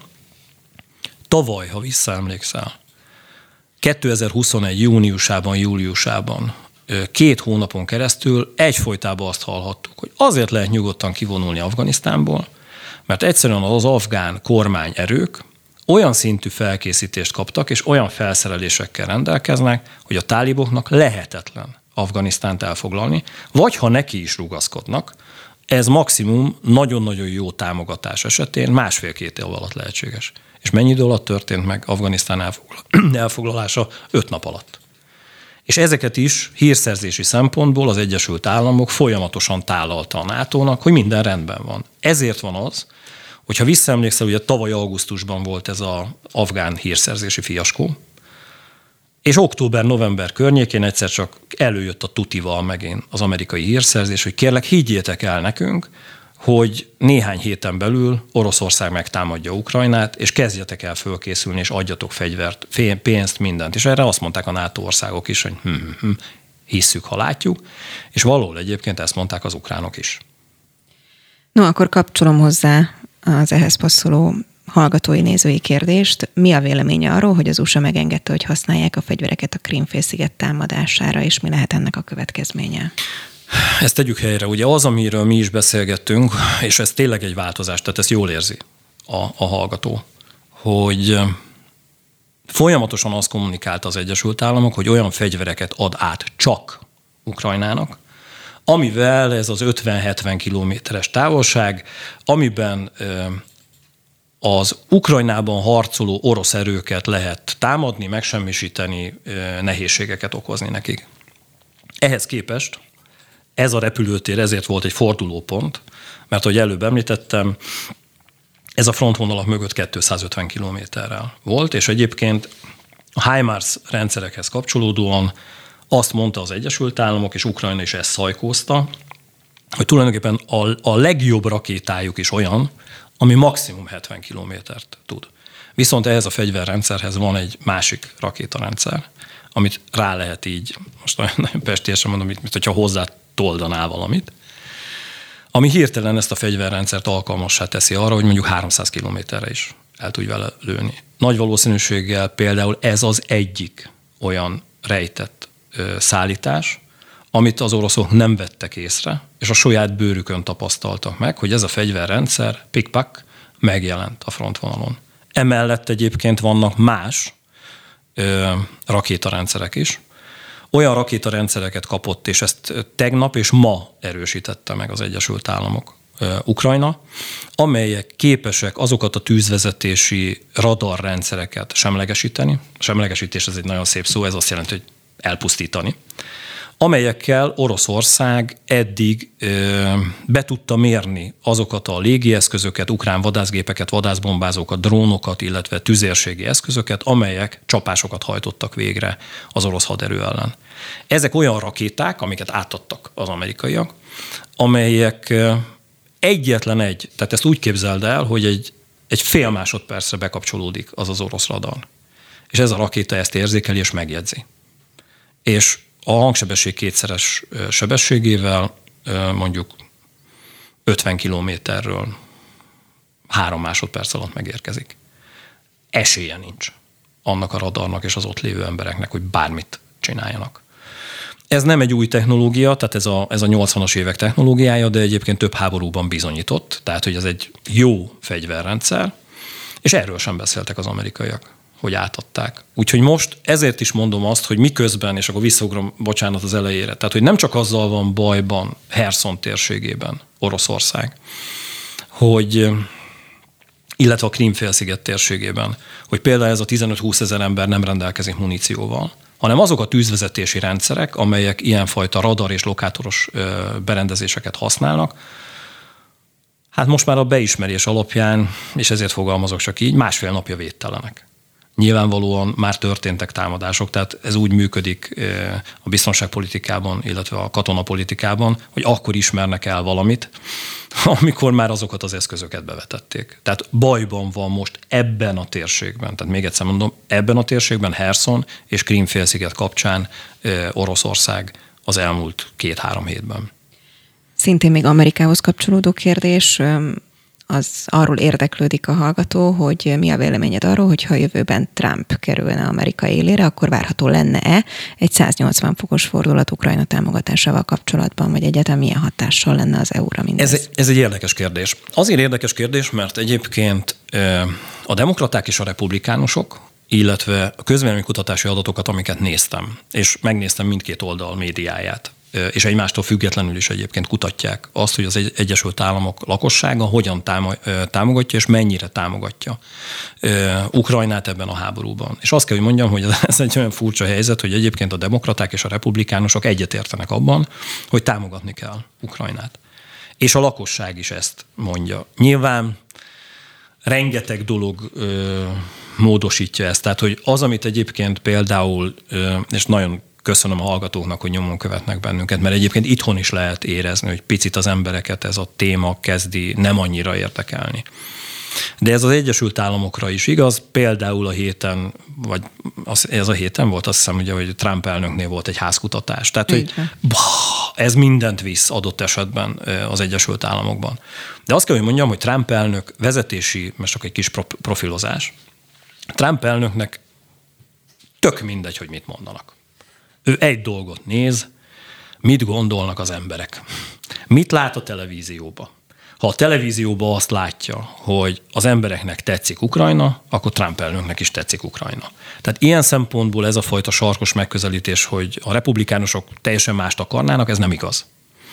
Tavaly, ha visszaemlékszel, kétezer-huszonegy júniusában, júliusában két hónapon keresztül egyfolytában azt hallhattuk, hogy azért lehet nyugodtan kivonulni Afganisztánból, mert egyszerűen az afgán kormányerők olyan szintű felkészítést kaptak, és olyan felszerelésekkel rendelkeznek, hogy a táliboknak lehetetlen Afganisztánt elfoglalni, vagy ha neki is rugaszkodnak, ez maximum nagyon-nagyon jó támogatás esetén másfél-két év alatt lehetséges. És mennyi idő alatt történt meg Afganisztán elfoglalása? Öt nap alatt. És ezeket is hírszerzési szempontból az Egyesült Államok folyamatosan tálalta a nátónak, hogy minden rendben van. Ezért van az, hogyha visszaemlékszel, ugye tavaly augusztusban volt ez az afgán hírszerzési fiaskó, és október-november környékén egyszer csak előjött a tutival megint az amerikai hírszerzés, hogy kérlek, higgyétek el nekünk, hogy néhány héten belül Oroszország megtámadja Ukrajnát, és kezdjetek el fölkészülni, és adjatok fegyvert, pénzt, mindent. És erre azt mondták a NATO országok is, hogy hm, hm, hm, hisszük, ha látjuk, és valahol egyébként ezt mondták az ukránok is.
No, akkor kapcsolom hozzá az ehhez passzoló hallgatói, nézői kérdést. Mi a véleménye arról, hogy az u es á megengedte, hogy használják a fegyvereket a Krím-félsziget támadására, és mi lehet ennek a következménye?
Ezt tegyük helyre. Ugye az, amiről mi is beszélgettünk, és ez tényleg egy változás, tehát ezt jól érzi a, a hallgató, hogy folyamatosan azt kommunikálta az Egyesült Államok, hogy olyan fegyvereket ad át csak Ukrajnának, amivel ez az ötven-hetven kilométeres távolság, amiben az Ukrajnában harcoló orosz erőket lehet támadni, megsemmisíteni, nehézségeket okozni nekik. Ehhez képest ez a repülőtér ezért volt egy fordulópont, mert ahogy előbb említettem, ez a frontvonalak mögött kétszázötven kilométerrel volt, és egyébként a HIMARS rendszerekhez kapcsolódóan azt mondta az Egyesült Államok, és Ukrajna is ezt szajkózta, hogy tulajdonképpen a, a legjobb rakétájuk is olyan, ami maximum hetven kilométert tud. Viszont ehhez a fegyverrendszerhez van egy másik rakétarendszer, amit rá lehet így, most nagyon pestélyesen mondom, mint hogyha hozzá toldanál valamit, ami hirtelen ezt a fegyverrendszert alkalmassá teszi arra, hogy mondjuk háromszáz kilométerre is el tudj vele lőni. Nagy valószínűséggel például ez az egyik olyan rejtett ö, szállítás, amit az oroszok nem vettek észre, és a saját bőrükön tapasztaltak meg, hogy ez a fegyverrendszer, pikpak, megjelent a frontvonalon. Emellett egyébként vannak más ö, rakétarendszerek is. Olyan rakétarendszereket kapott, és ezt tegnap és ma erősítette meg az Egyesült Államok, ö, Ukrajna, amelyek képesek azokat a tűzvezetési radarrendszereket semlegesíteni. Semlegesítés, ez egy nagyon szép szó, ez azt jelenti, hogy elpusztítani, amelyekkel Oroszország eddig ö, be tudta mérni azokat a légieszközöket, ukrán vadászgépeket, vadászbombázókat, drónokat, illetve tüzérségi eszközöket, amelyek csapásokat hajtottak végre az orosz haderő ellen. Ezek olyan rakéták, amiket átadtak az amerikaiak, amelyek egyetlen egy, tehát ezt úgy képzeld el, hogy egy, egy fél másodpercre bekapcsolódik az az orosz radar. És ez a rakéta ezt érzékeli és megjegyzi. És a hangsebesség kétszeres sebességével mondjuk ötven kilométerről három másodperc alatt megérkezik. Esélye nincs annak a radarnak és az ott lévő embereknek, hogy bármit csináljanak. Ez nem egy új technológia, tehát ez a, ez a nyolcvanas évek technológiája, de egyébként több háborúban bizonyított, tehát hogy ez egy jó fegyverrendszer, és erről sem beszéltek az amerikaiak, hogy átadták. Úgyhogy most ezért is mondom azt, hogy miközben, és akkor visszaugrom, bocsánat, az elejére, tehát hogy nem csak azzal van bajban Herszon térségében Oroszország, hogy, illetve a Krím-félsziget térségében, hogy például ez a tizenöt-húsz ezer ember nem rendelkezik munícióval, hanem azok a tűzvezetési rendszerek, amelyek ilyenfajta radar és lokátoros berendezéseket használnak, hát most már a beismerés alapján, és ezért fogalmazok csak így, másfél napja védtelenek. Nyilvánvalóan már történtek támadások, tehát ez úgy működik a biztonságpolitikában, illetve a katonapolitikában, hogy akkor ismernek el valamit, amikor már azokat az eszközöket bevetették. Tehát bajban van most ebben a térségben, tehát még egyszer mondom, ebben a térségben Herszon és Krím-félsziget kapcsán Oroszország az elmúlt két-három hétben.
Szintén még Amerikához kapcsolódó kérdés, az arról érdeklődik a hallgató, hogy mi a véleményed arról, hogy ha a jövőben Trump kerülne Amerika élére, akkor várható lenne-e egy száznyolcvan fokos fordulat Ukrajna támogatásával kapcsolatban, vagy egyáltalán milyen hatással lenne az é u-ra mindez?
Ez, ez egy érdekes kérdés. Azért érdekes kérdés, mert egyébként a demokraták és a republikánusok, illetve a közvéleménykutatási adatokat, amiket néztem, és megnéztem mindkét oldal médiáját, és egymástól függetlenül is egyébként kutatják azt, hogy az Egyesült Államok lakossága hogyan támogatja és mennyire támogatja Ukrajnát ebben a háborúban. És azt kell, hogy mondjam, hogy ez egy olyan furcsa helyzet, hogy egyébként a demokraták és a republikánusok egyetértenek abban, hogy támogatni kell Ukrajnát. És a lakosság is ezt mondja. Nyilván rengeteg dolog ö, módosítja ezt. Tehát, hogy az, amit egyébként például, ö, és nagyon köszönöm a hallgatóknak, hogy nyomon követnek bennünket, mert egyébként itthon is lehet érezni, hogy picit az embereket ez a téma kezdi nem annyira érdekelni. De ez az Egyesült Államokra is igaz, például a héten, vagy az, ez a héten volt, azt hiszem, ugye, hogy Trump elnöknél volt egy házkutatás. Tehát, hogy bah, ez mindent visz adott esetben az Egyesült Államokban. De azt kell, hogy mondjam, hogy Trump elnök vezetési, most csak egy kis profilozás, Trump elnöknek tök mindegy, hogy mit mondanak. Ő egy dolgot néz, mit gondolnak az emberek. Mit lát a televízióba? Ha a televízióban azt látja, hogy az embereknek tetszik Ukrajna, akkor Trump elnöknek is tetszik Ukrajna. Tehát ilyen szempontból ez a fajta sarkos megközelítés, hogy a republikánusok teljesen mást akarnának, ez nem igaz.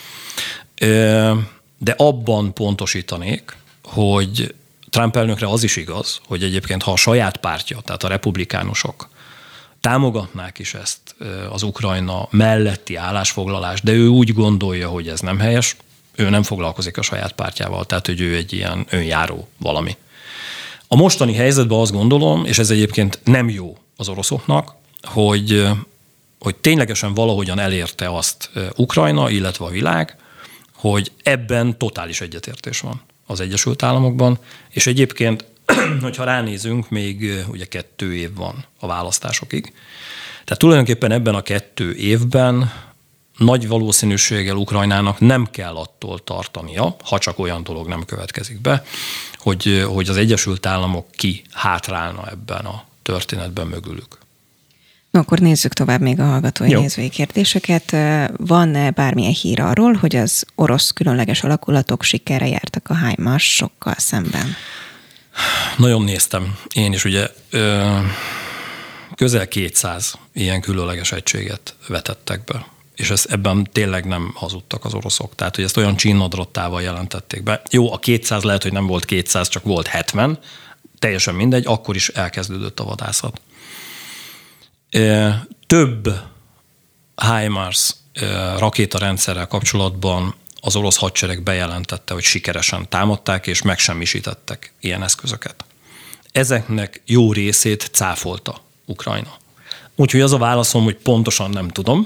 De abban pontosítanék, hogy Trump elnökre az is igaz, hogy egyébként ha a saját pártja, tehát a republikánusok támogatnák is ezt az Ukrajna melletti állásfoglalást, de ő úgy gondolja, hogy ez nem helyes, ő nem foglalkozik a saját pártjával, tehát hogy ő egy ilyen önjáró valami. A mostani helyzetben azt gondolom, és ez egyébként nem jó az oroszoknak, hogy, hogy ténylegesen valahogyan elérte azt Ukrajna, illetve a világ, hogy ebben totális egyetértés van az Egyesült Államokban, és egyébként hogyha ránézünk, még ugye kettő év van a választásokig. Tehát tulajdonképpen ebben a kettő évben nagy valószínűséggel Ukrajnának nem kell attól tartania, ha csak olyan dolog nem következik be, hogy, hogy az Egyesült Államok ki hátrálna ebben a történetben mögülük.
No, akkor nézzük tovább még a hallgatói Jó. nézői kérdéseket. Van-e bármilyen hír arról, hogy az orosz különleges alakulatok sikerre jártak a HIMARS-sokkal szemben?
Nagyon néztem. Én is ugye közel kétszáz ilyen különleges egységet vetettek be. És ez, ebben tényleg nem hazudtak az oroszok. Tehát, hogy ezt olyan csinnadrottával jelentették be. Jó, a kétszáz lehet, hogy nem volt kétszáz, csak volt hetven. Teljesen mindegy, akkor is elkezdődött a vadászat. Több HIMARS rakétarendszerrel kapcsolatban az orosz hadsereg bejelentette, hogy sikeresen támadták és megsemmisítettek ilyen eszközöket. Ezeknek jó részét cáfolta Ukrajna. Úgyhogy az a válaszom, hogy pontosan nem tudom,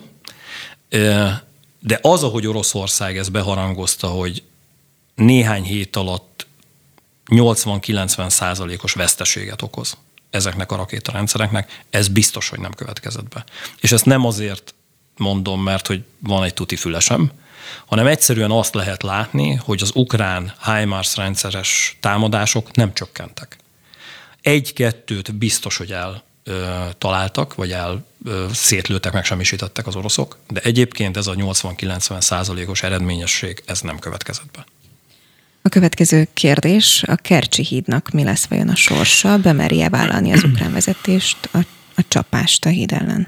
de az, ahogy Oroszország ezt beharangozta, hogy néhány hét alatt nyolcvan-kilencven százalékos veszteséget okoz ezeknek a rakétarendszereknek, ez biztos, hogy nem következett be. És ezt nem azért mondom, mert hogy van egy tuti fülesem, hanem egyszerűen azt lehet látni, hogy az ukrán HIMARS rendszeres támadások nem csökkentek. Egy-kettőt biztos, hogy eltaláltak, vagy el ö, szétlőttek, megsemmisítettek az oroszok, de egyébként ez a nyolcvan-kilencven százalékos eredményesség, ez nem következett be.
A következő kérdés, a Kercsi hídnak mi lesz vajon a sorsa? Bemerje vállalni az ukrán vezetést a, a csapást a híd ellen?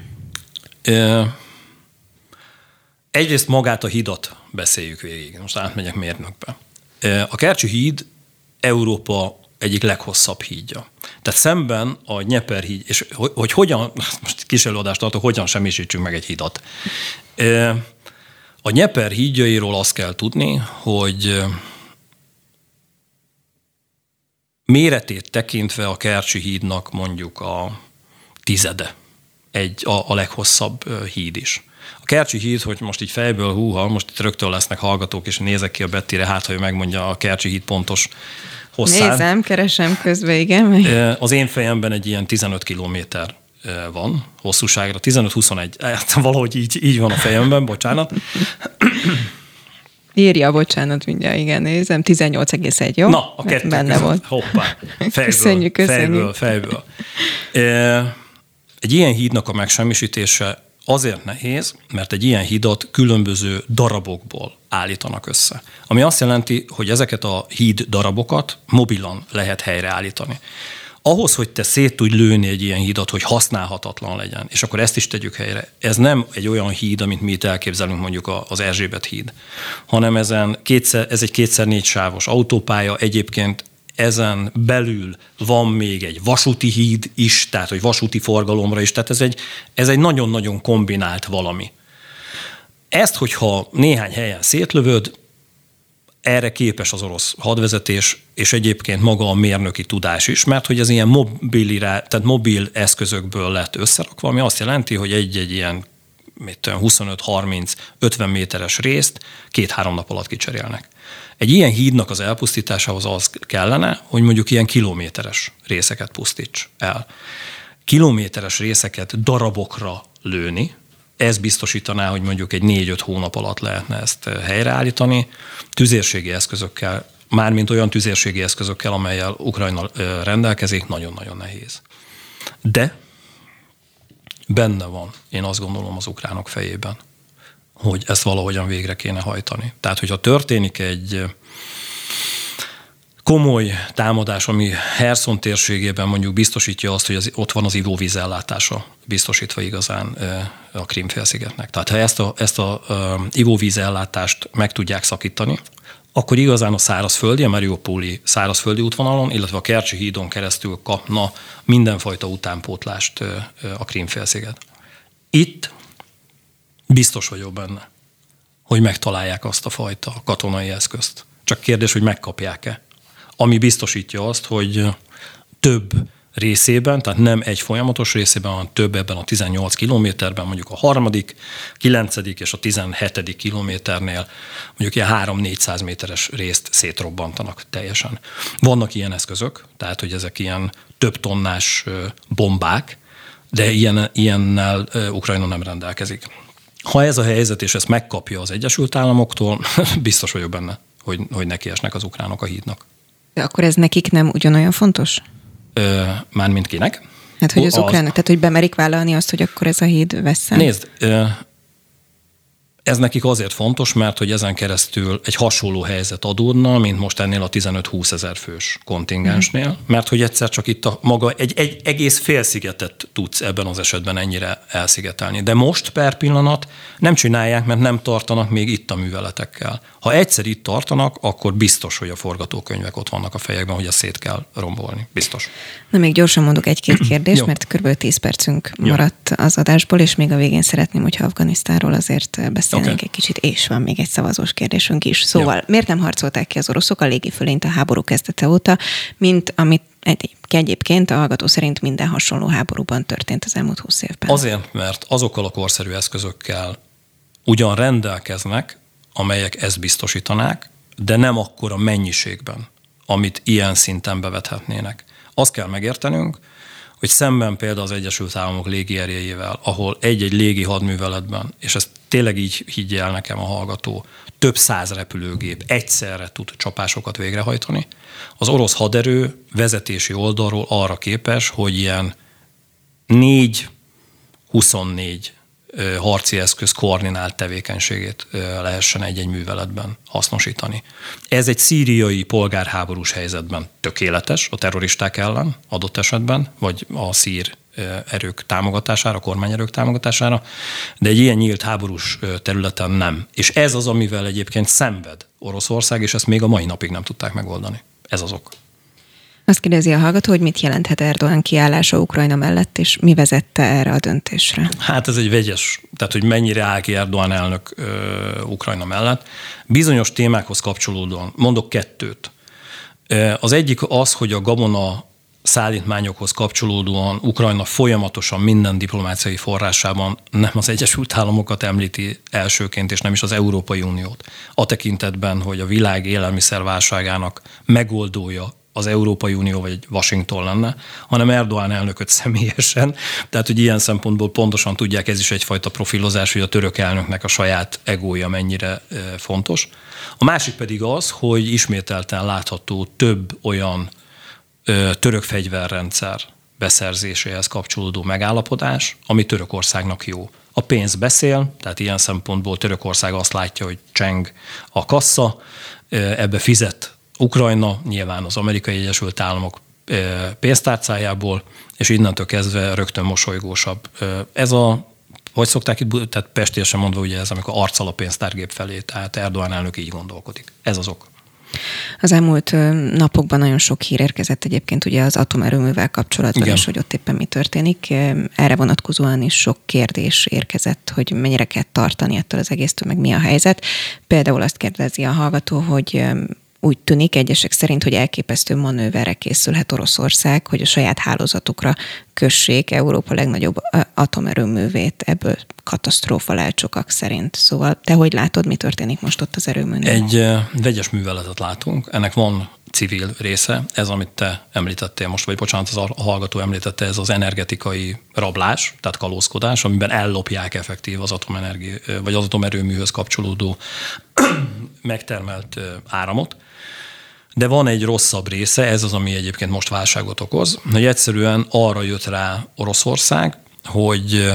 Egyrészt magát a hidat beszéljük végig. Most átmegyek mérnökbe. A Kercsi híd Európa egyik leghosszabb hídja. Tehát szemben a Dnyeper híd, és hogy, hogy hogyan, most kis előadást tartok, hogyan semmisítsünk meg egy hidat. A Dnyeper hídjairól azt kell tudni, hogy méretét tekintve a Kercsi hídnak mondjuk a tizede, egy, a, a leghosszabb híd is. A Kercsi híd, hogy most így fejből húha, most itt rögtön lesznek hallgatók, és nézek ki a Bettire, hát ha ő megmondja a Kercsi híd pontos hosszát.
Nézem, keresem közben, igen.
Az én fejemben egy ilyen tizenöt kilométer van hosszúságra, tizenöt-huszonegy, valahogy így, így van a fejemben, bocsánat.
Írja, bocsánat, mindjárt, igen, nézem, tizennyolc egész egy, jó?
Na, a kettő
benne
között.
volt.
Hoppá, fejből,
köszönjük, köszönjük.
fejből, fejből. Egy ilyen hídnak a megsemmisítése azért nehéz, mert egy ilyen hidat különböző darabokból állítanak össze. Ami azt jelenti, hogy ezeket a híd darabokat mobilan lehet helyreállítani. Ahhoz, hogy te szét tudj lőni egy ilyen hidat, hogy használhatatlan legyen, és akkor ezt is tegyük helyre, ez nem egy olyan híd, amit mi itt elképzelünk, mondjuk az Erzsébet híd, hanem ezen kétszer, ez egy kétszer négy sávos autópálya, egyébként ezen belül van még egy vasúti híd is, tehát hogy vasúti forgalomra is, tehát ez egy, ez egy nagyon-nagyon kombinált valami. Ezt, hogyha néhány helyen szétlövöd, erre képes az orosz hadvezetés, és egyébként maga a mérnöki tudás is, mert hogy ez ilyen mobil, tehát mobil eszközökből lett összerakva, ami azt jelenti, hogy egy-egy ilyen huszonöt-harminc-ötven méteres részt két-három nap alatt kicserélnek. Egy ilyen hídnak az elpusztításához az kellene, hogy mondjuk ilyen kilométeres részeket pusztíts el. Kilométeres részeket darabokra lőni, ez biztosítaná, hogy mondjuk egy négy-öt hónap alatt lehetne ezt helyreállítani, tüzérségi eszközökkel, mármint olyan tüzérségi eszközökkel, amellyel Ukrajna rendelkezik, nagyon-nagyon nehéz. De benne van, én azt gondolom az ukránok fejében, hogy ezt valahogyan végre kéne hajtani. Tehát, hogyha történik egy komoly támadás, ami Herson térségében mondjuk biztosítja azt, hogy az, ott van az ivóvíz ellátása biztosítva igazán a Krím-félszigetnek. Tehát ha ezt a, ezt a ivóvíz ellátást meg tudják szakítani, akkor igazán a szárazföldi, a mariupoli szárazföldi útvonalon, illetve a Kercsi hídon keresztül kapna mindenfajta utánpótlást a Krím-félsziget. Itt biztos vagyok benne, hogy megtalálják azt a fajta katonai eszközt. Csak kérdés, hogy megkapják-e. Ami biztosítja azt, hogy több részében, tehát nem egy folyamatos részében, hanem több ebben a tizennyolc kilométerben, mondjuk a harmadik, kilencedik és a tizenhetedik kilométernél mondjuk ilyen három-négyszáz méteres részt szétrobbantanak teljesen. Vannak ilyen eszközök, tehát hogy ezek ilyen több tonnás bombák, de ilyen, ilyennel Ukrajna nem rendelkezik. Ha ez a helyzet, és ezt megkapja az Egyesült Államoktól, biztos vagyok benne, hogy, hogy nekiesnek az ukránok a hídnak.
De akkor ez nekik nem ugyanolyan fontos?
Mármint kinek?
Hát, hogy az, az ukránok, tehát hogy bemerik vállalni azt, hogy akkor ez a híd vesszen?
Nézd, ez nekik azért fontos, mert hogy ezen keresztül egy hasonló helyzet adódna, mint most ennél a tizenöt-húsz ezer fős kontingensnél, mm. mert hogy egyszer csak itt a maga egy, egy egész félszigetet tudsz ebben az esetben ennyire elszigetelni. De most per pillanat nem csinálják, mert nem tartanak még itt a műveletekkel. Ha egyszer itt tartanak, akkor biztos, hogy a forgatókönyvek ott vannak a fejekben, hogy ezt szét kell rombolni. Biztos.
Na, még gyorsan mondok egy-két kérdést, mert kb. tíz percünk maradt az adásból, és még a végén szeretném, hogyha Afganisztánról azért beszélnénk okay. egy kicsit, és van még egy szavazós kérdésünk is. Szóval ja. miért nem harcolták ki az oroszok a légifölényt a háború kezdete óta, mint amit egyébként a hallgató szerint minden hasonló háborúban történt az elmúlt húsz évben?
Azért, mert azokkal a korszerű eszközökkel ugyan rendelkeznek, amelyek ezt biztosítanák, de nem akkora mennyiségben, amit ilyen szinten bevethetnének. Azt kell megértenünk, hogy szemben például az Egyesült Államok légierejével, ahol egy-egy légi hadműveletben, és ezt tényleg így higgye el nekem a hallgató, több száz repülőgép egyszerre tud csapásokat végrehajtani, az orosz haderő vezetési oldalról arra képes, hogy ilyen négy huszonnégy harci eszköz koordinált tevékenységét lehessen egy-egy műveletben hasznosítani. Ez egy szíriai polgárháborús helyzetben tökéletes a terroristák ellen adott esetben, vagy a szír erők támogatására, a kormányerők támogatására, de egy ilyen nyílt háborús területen nem. És ez az, amivel egyébként szenved Oroszország, és ezt még a mai napig nem tudták megoldani. Ez az ok.
Azt kérdezi a hallgató, hogy mit jelenthet Erdoğan kiállása Ukrajna mellett, és mi vezette erre a döntésre?
Hát ez egy vegyes, tehát hogy mennyire áll ki Erdoğan elnök ö, Ukrajna mellett. Bizonyos témákhoz kapcsolódóan, mondok kettőt. Az egyik az, hogy a gabona szállítmányokhoz kapcsolódóan Ukrajna folyamatosan minden diplomáciai forrásában nem az Egyesült Államokat említi elsőként, és nem is az Európai Uniót. A tekintetben, hogy a világ élelmiszerválságának megoldója az Európai Unió vagy Washington lenne, hanem Erdoğan elnököt személyesen. Tehát, hogy ilyen szempontból pontosan tudják, ez is egyfajta profilozás, hogy a török elnöknek a saját egója mennyire fontos. A másik pedig az, hogy ismételten látható több olyan török fegyverrendszer beszerzéséhez kapcsolódó megállapodás, ami Törökországnak jó. A pénz beszél, tehát ilyen szempontból Törökország azt látja, hogy cseng a kassa, ebbe fizet Ukrajna, nyilván az Amerikai Egyesült Államok pénztárcájából, és innentől kezdve rögtön mosolygósabb. Ez a, hogy szokták itt, tehát pestésen mondva, ugye ez, amikor arccal a pénztárgép felé, tehát Erdoğan elnök így gondolkodik. Ez az ok.
Az elmúlt napokban nagyon sok hír érkezett egyébként ugye az atomerőművel kapcsolatban, igen. és hogy ott éppen mi történik. Erre vonatkozóan is sok kérdés érkezett, hogy mennyire kell tartani ettől az egésztől, meg mi a helyzet. Például azt kérdezi a hallgató, hogy úgy tűnik egyesek szerint, hogy elképesztő manőverre készülhet Oroszország, hogy a saját hálózatukra kössék Európa legnagyobb atomerőművét, ebből katasztrófa lelcsokak szerint. Szóval te hogy látod, mi történik most ott az erőműnél?
Egy vegyes műveletet látunk, ennek van civil része, ez, amit te említettél most, vagy bocsánat, az a hallgató említette, ez az energetikai rablás, tehát kalózkodás, amiben ellopják effektív az atomenergia, vagy az atomerőműhöz kapcsolódó megtermelt áramot. De van egy rosszabb része, ez az, ami egyébként most válságot okoz, hogy egyszerűen arra jött rá Oroszország, hogy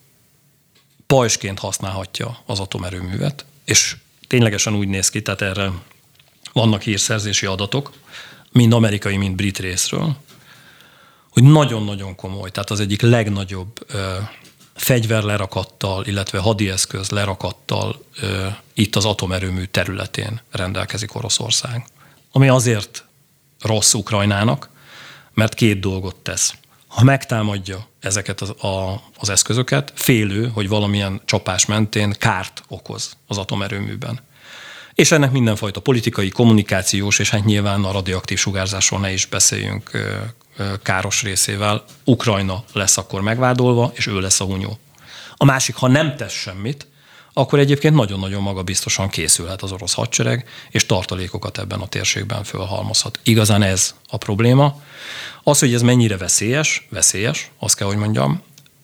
pajzsként használhatja az atomerőművet, és ténylegesen úgy néz ki, tehát erre vannak hírszerzési adatok, mind amerikai, mind brit részről, hogy nagyon-nagyon komoly, tehát az egyik legnagyobb ö, fegyverlerakattal, illetve hadieszköz lerakattal ö, itt az atomerőmű területén rendelkezik Oroszország. Ami azért rossz Ukrajnának, mert két dolgot tesz. Ha megtámadja ezeket az, a, az eszközöket, félő, hogy valamilyen csapás mentén kárt okoz az atomerőműben. És ennek mindenfajta politikai, kommunikációs, és hát nyilván a radioaktív sugárzásról ne is beszéljünk káros részével, Ukrajna lesz akkor megvádolva, és ő lesz a hunyó. A másik, ha nem tesz semmit, akkor egyébként nagyon-nagyon magabiztosan készülhet az orosz hadsereg, és tartalékokat ebben a térségben fölhalmozhat. Igazán ez a probléma. Az, hogy ez mennyire veszélyes, veszélyes, azt kell, hogy mondjam,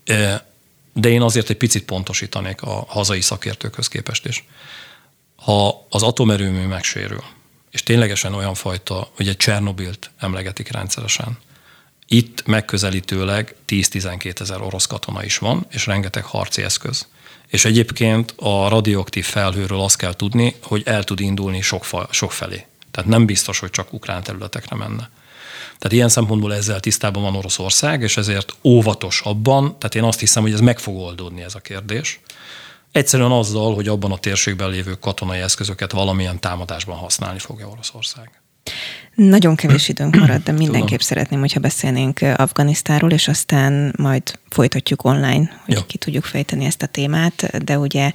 de én azért egy picit pontosítanék a hazai szakértőkhöz képest is. Ha az atomerőmű megsérül, és ténylegesen olyan fajta, hogy egy Csernobilt emlegetik rendszeresen, itt megközelítőleg tíz-tizenkét ezer orosz katona is van, és rengeteg harci eszköz. És egyébként a radioaktív felhőről azt kell tudni, hogy el tud indulni sok, sok felé. Tehát nem biztos, hogy csak ukrán területekre menne. Tehát ilyen szempontból ezzel tisztában van Oroszország, és ezért óvatos abban, tehát én azt hiszem, hogy ez meg fog oldódni ez a kérdés. Egyszerűen azzal, hogy abban a térségben lévő katonai eszközöket valamilyen támadásban használni fogja Oroszország.
Nagyon kevés időnk marad, de mindenképp Tudom. szeretném, hogyha beszélnénk Afganisztánról, és aztán majd folytatjuk online, hogy Jó. ki tudjuk fejteni ezt a témát, de ugye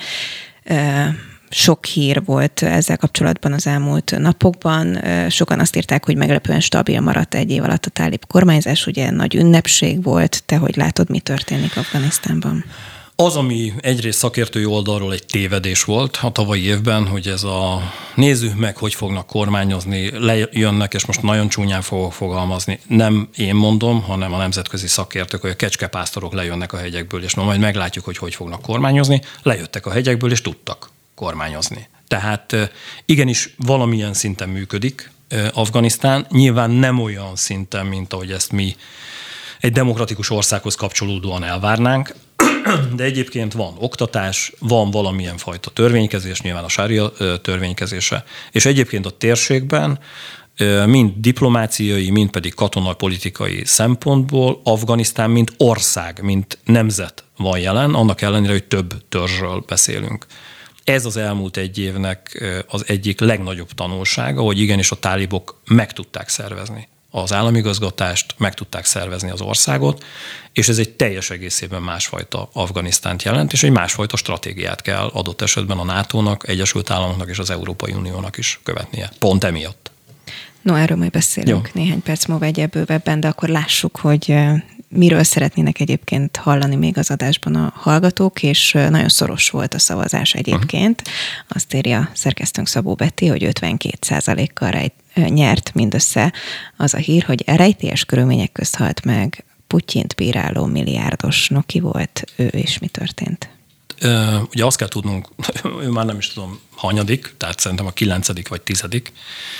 sok hír volt ezzel kapcsolatban az elmúlt napokban. Sokan azt írták, hogy meglepően stabil maradt egy év alatt a tálib kormányzás, ugye nagy ünnepség volt. Te hogy látod, mi történik Afganisztánban?
Az, ami egyrészt szakértői oldalról egy tévedés volt a tavalyi évben, hogy ez a nézzük meg, hogy fognak kormányozni, lejönnek, és most nagyon csúnyán fogok fogalmazni. Nem én mondom, hanem a nemzetközi szakértők, hogy a kecskepásztorok lejönnek a hegyekből, és majd meglátjuk, hogy hogy fognak kormányozni. Lejöttek a hegyekből, és tudtak kormányozni. Tehát igenis valamilyen szinten működik Afganisztán, nyilván nem olyan szinten, mint ahogy ezt mi egy demokratikus országhoz kapcsolódóan elvárnánk, de egyébként van oktatás, van valamilyen fajta törvénykezés, nyilván a sária törvénykezése, és egyébként a térségben mind diplomáciai, mind pedig katonai-politikai szempontból Afganisztán mint ország, mint nemzet van jelen, annak ellenére, hogy több törzsről beszélünk. Ez az elmúlt egy évnek az egyik legnagyobb tanulsága, hogy igenis a tálibok meg tudták szervezni az államigazgatást, meg tudták szervezni az országot, és ez egy teljes egészében másfajta Afganisztánt jelent, és egy másfajta stratégiát kell adott esetben a nátónak, Egyesült Államoknak és az Európai Uniónak is követnie. Pont emiatt.
No, erről majd beszélünk Jó. néhány perc múlva egyéb bővebben, de akkor lássuk, hogy miről szeretnének egyébként hallani még az adásban a hallgatók, és nagyon szoros volt a szavazás egyébként. Uh-huh. Azt írja szerkesztőnk Szabó Betty, hogy ötvenkét százalékkal rejt, nyert mindössze az a hír, hogy rejtélyes körülmények közt halt meg Putyint bíráló milliárdos. No, ki volt ő, és mi történt?
Uh, ugye azt kell tudnunk, ő már nem is tudom, hanyadik, tehát szerintem a kilencedik vagy tizedik.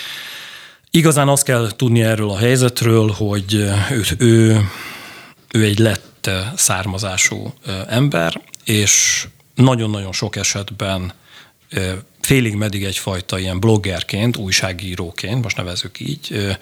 Igazán azt kell tudni erről a helyzetről, hogy ő, ő, ő egy lett származású ember, és nagyon-nagyon sok esetben félig meddig egyfajta ilyen bloggerként, újságíróként, most nevezzük így,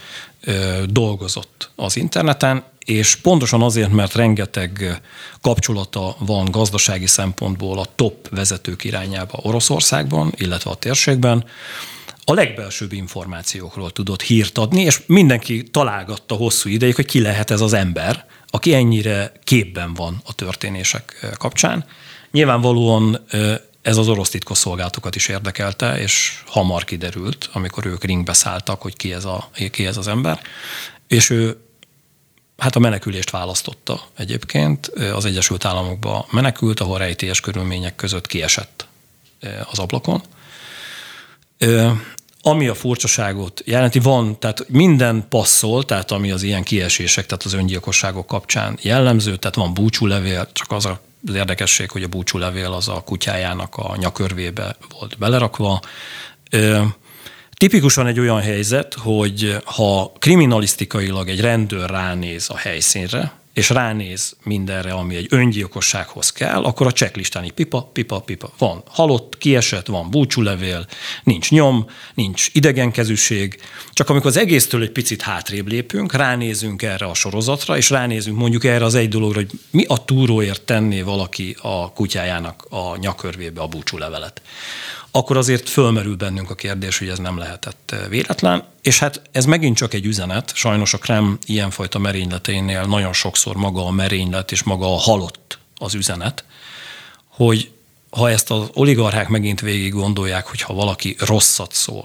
dolgozott az interneten, és pontosan azért, mert rengeteg kapcsolata van gazdasági szempontból a top vezetők irányába Oroszországban, illetve a térségben, a legbelsőbb információkról tudott hírt adni, és mindenki találgatta hosszú ideig, hogy ki lehet ez az ember, aki ennyire képben van a történések kapcsán. Nyilvánvalóan ez az orosz titkosszolgálatokat is érdekelte, és hamar kiderült, amikor ők ringbe szálltak, hogy ki ez, a, ki ez az ember. És ő hát a menekülést választotta egyébként. Az Egyesült Államokba menekült, ahol rejtélyes körülmények között kiesett az ablakon. Ami a furcsaságot jelenti, van, tehát minden passzol, tehát ami az ilyen kiesések, tehát az öngyilkosságok kapcsán jellemző, tehát van búcsúlevél, csak az a az érdekesség, hogy a búcsúlevél az a kutyájának a nyakörvébe volt belerakva. Tipikusan egy olyan helyzet, hogy ha kriminalisztikailag egy rendőr ránéz a helyszínre, és ránéz mindenre, ami egy öngyilkossághoz kell, akkor a checklistán így pipa, pipa, pipa. Van halott, kiesett, van búcsúlevél, nincs nyom, nincs idegenkezűség. Csak amikor az egésztől egy picit hátrébb lépünk, ránézünk erre a sorozatra, és ránézünk mondjuk erre az egy dologra, hogy mi a túróért tenné valaki a kutyájának a nyakörvébe a búcsúlevelet. Akkor azért fölmerül bennünk a kérdés, hogy ez nem lehetett véletlen, és hát ez megint csak egy üzenet, sajnos a Kreml ilyenfajta merényleteinél nagyon sokszor maga a merénylet és maga a halott az üzenet, hogy ha ezt az oligarchák megint végig gondolják, hogy ha valaki rosszat szól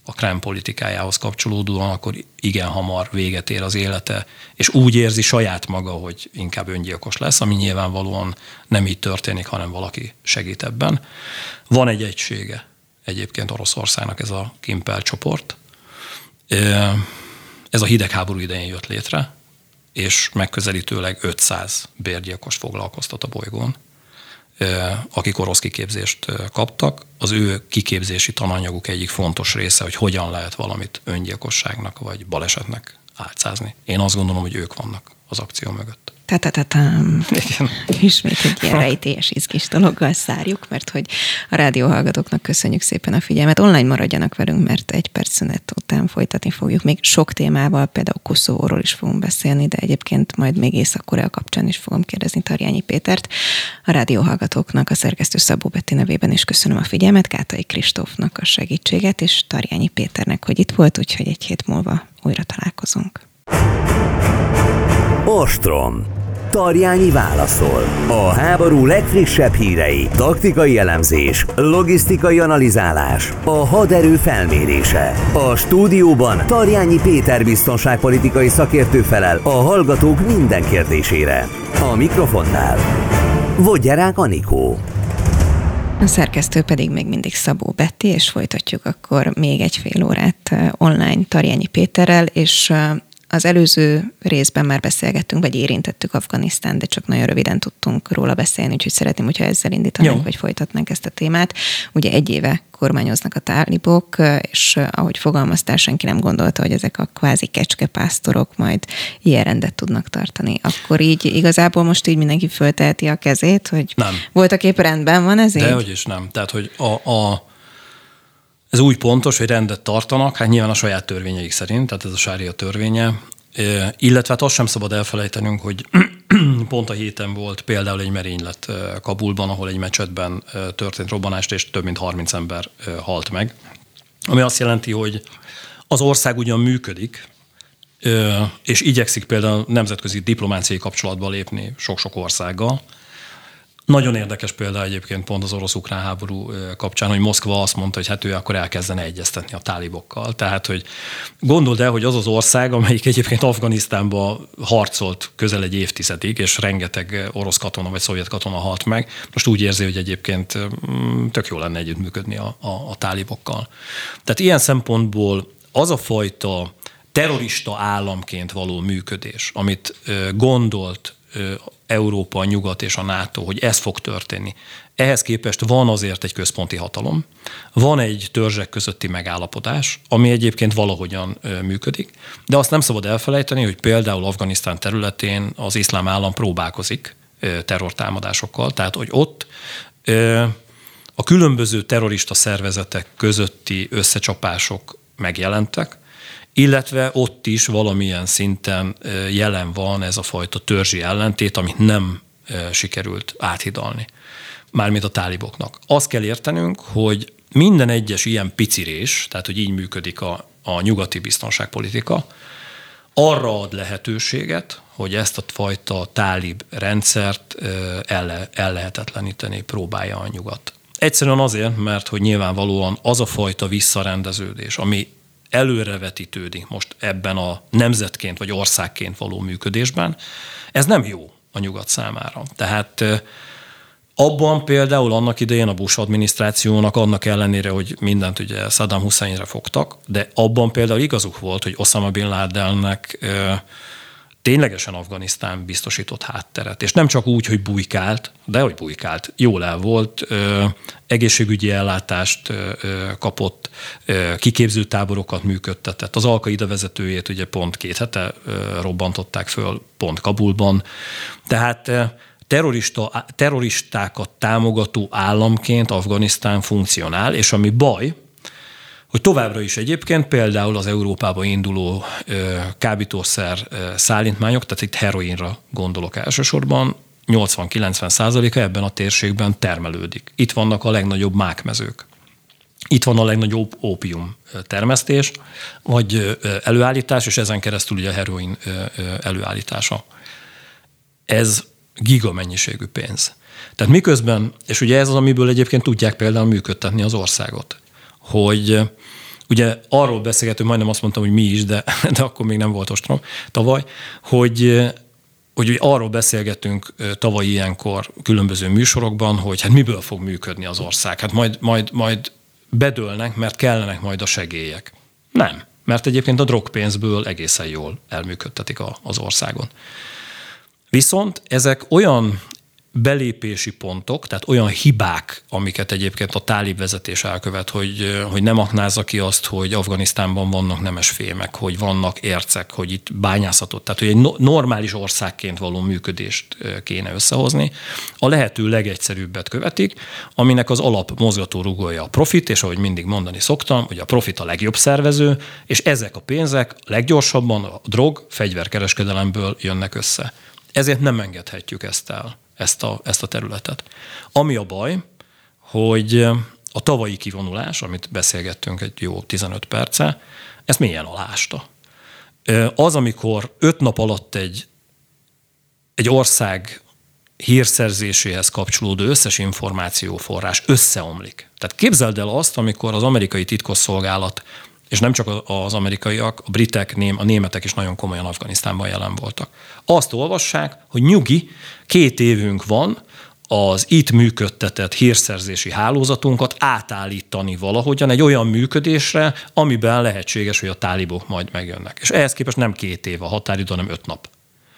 a Kreml politikájához kapcsolódóan, akkor igen hamar véget ér az élete, és úgy érzi saját maga, hogy inkább öngyilkos lesz, ami nyilvánvalóan nem így történik, hanem valaki segít ebben. Van egy egysége egyébként Oroszországnak, ez a Kimpel csoport. Ez a hidegháború idején jött létre, és megközelítőleg ötszáz bérgyilkos foglalkoztat a bolygón, akik orosz kiképzést kaptak. Az ő kiképzési tananyaguk egyik fontos része, hogy hogyan lehet valamit öngyilkosságnak vagy balesetnek álcázni. Én azt gondolom, hogy ők vannak az akció mögött.
Ta-ta-ta-tam. Ismét egy ilyen rejtélyes, izgis dologgal szárjuk, mert hogy a rádióhallgatóknak köszönjük szépen a figyelmet. Online maradjanak velünk, mert egy perc szünet után folytatni fogjuk. Még sok témával, például Koszovóról is fogunk beszélni, de egyébként majd még Észak-Korea kapcsán is fogom kérdezni Tarjányi Pétert. A rádióhallgatóknak, a szerkesztő Szabó Betti nevében is köszönöm a figyelmet, Kátai Kristófnak a segítséget, és Tarjányi Péternek, hogy itt volt, úgyhogy egy hét múlva újra találkozunk.
Ostrom. Tarjányi válaszol. A háború legfrissebb hírei, taktikai elemzés, logisztikai analizálás, a haderő felmérése. A stúdióban Tarjányi Péter biztonságpolitikai szakértő felel a hallgatók minden kérdésére. A mikrofonnál Vodgyerák Anikó.
A szerkesztő pedig még mindig Szabó Betti, és folytatjuk akkor még egy fél órát online Tarjányi Péterrel, és az előző részben már beszélgettünk, vagy érintettük Afganisztán, de csak nagyon röviden tudtunk róla beszélni, úgyhogy szeretném, hogyha ezzel indítanánk, vagy folytatnánk ezt a témát. Ugye egy éve kormányoznak a tálibok, és ahogy fogalmaztál, senki nem gondolta, hogy ezek a kvázi kecskepásztorok majd ilyen rendet tudnak tartani. Akkor így igazából most így mindenki fölteheti a kezét, hogy nem. Voltak épp rendben van ez így?
Dehogy is nem. Tehát, hogy a... a Ez úgy pontos, hogy rendet tartanak, hát nyilván a saját törvényeik szerint, tehát ez a sária törvénye, illetve hát azt sem szabad elfelejtenünk, hogy pont a héten volt például egy merénylet Kabulban, ahol egy mecsetben történt robbanást, és több mint harminc ember halt meg. Ami azt jelenti, hogy az ország ugyan működik, és igyekszik például nemzetközi diplomáciai kapcsolatba lépni sok-sok országgal. Nagyon érdekes példa egyébként pont az orosz-ukrán háború kapcsán, hogy Moszkva azt mondta, hogy hát ő akkor elkezdene egyeztetni a tálibokkal. Tehát, hogy gondold el, hogy az az ország, amelyik egyébként Afganisztánban harcolt közel egy évtizedig, és rengeteg orosz katona vagy szovjet katona halt meg, most úgy érzi, hogy egyébként tök jó lenne együttműködni a, a, a tálibokkal. Tehát ilyen szempontból az a fajta terrorista államként való működés, amit gondolt Európa, a Nyugat és a NATO, hogy ez fog történni. Ehhez képest van azért egy központi hatalom, van egy törzsek közötti megállapodás, ami egyébként valahogyan működik, de azt nem szabad elfelejteni, hogy például Afganisztán területén az iszlám állam próbálkozik terrortámadásokkal, tehát hogy ott a különböző terrorista szervezetek közötti összecsapások megjelentek, illetve ott is valamilyen szinten jelen van ez a fajta törzsi ellentét, amit nem sikerült áthidalni, mármint a táliboknak. Azt kell értenünk, hogy minden egyes ilyen picirés, tehát hogy így működik a, a nyugati biztonságpolitika, arra ad lehetőséget, hogy ezt a fajta tálib rendszert el, ellehetetleníteni próbálja a nyugat. Egyszerűen azért, mert hogy nyilvánvalóan az a fajta visszarendeződés, ami előrevetítődik most ebben a nemzetként vagy országként való működésben, ez nem jó a nyugat számára. Tehát abban például annak idején a Bush adminisztrációnak annak ellenére, hogy mindent ugye Saddam Husseinre fogtak, de abban például igazuk volt, hogy Osama Bin Ladennek ténylegesen Afganisztán biztosított hátteret. És nem csak úgy, hogy bujkált, de hogy bujkált. Jól el volt, ö, egészségügyi ellátást ö, kapott, ö, kiképző táborokat működtetett. Az Al-Qaida vezetőjét ugye pont két hete ö, robbantották föl, pont Kabulban. Tehát ö, terrorista, terroristákat támogató államként Afganisztán funkcionál, és ami baj, hogy továbbra is egyébként például az Európába induló ö, kábítószer ö, szállítmányok, tehát itt heroinra gondolok elsősorban, nyolcvan-kilencven százaléka ebben a térségben termelődik. Itt vannak a legnagyobb mákmezők. Itt van a legnagyobb ópium termesztés, vagy ö, előállítás, és ezen keresztül ugye a heroin ö, ö, előállítása. Ez giga mennyiségű pénz. Tehát miközben, és ugye ez az, amiből egyébként tudják például működtetni az országot, hogy Ugye arról beszélgetünk, majdnem azt mondtam, hogy mi is, de, de akkor még nem volt ostrom tavaly, hogy, hogy ugye arról beszélgettünk tavaly ilyenkor különböző műsorokban, hogy hát miből fog működni az ország. Hát majd, majd, majd bedőlnek, mert kellenek majd a segélyek. Nem, mert egyébként a drogpénzből egészen jól elműködtetik a, az országon. Viszont ezek olyan belépési pontok, tehát olyan hibák, amiket egyébként a tálib vezetés elkövet, hogy, hogy nem aknázza ki azt, hogy Afganisztánban vannak nemesfémek, hogy vannak ércek, hogy itt bányászatot, tehát hogy egy normális országként való működést kéne összehozni. A lehető legegyszerűbbet követik, aminek az alap mozgatórugója a profit, és ahogy mindig mondani szoktam, hogy a profit a legjobb szervező, és ezek a pénzek leggyorsabban a drog, fegyverkereskedelemből jönnek össze. Ezért nem engedhetjük ezt el. Ezt a, ezt a területet. Ami a baj, hogy a tavalyi kivonulás, amit beszélgettünk egy jó tizenöt perce, ezt mélyen aláásta. Az, amikor öt nap alatt egy, egy ország hírszerzéséhez kapcsolódó összes információforrás összeomlik. Tehát képzeld el azt, amikor az amerikai titkosszolgálat, és nem csak az amerikaiak, a britek, a németek is nagyon komolyan Afganisztánban jelen voltak. Azt olvassák, hogy nyugi, két évünk van az itt működtetett hírszerzési hálózatunkat átállítani valahogyan egy olyan működésre, amiben lehetséges, hogy a tálibok majd megjönnek. És ehhez képest nem két év a határidő, hanem öt nap.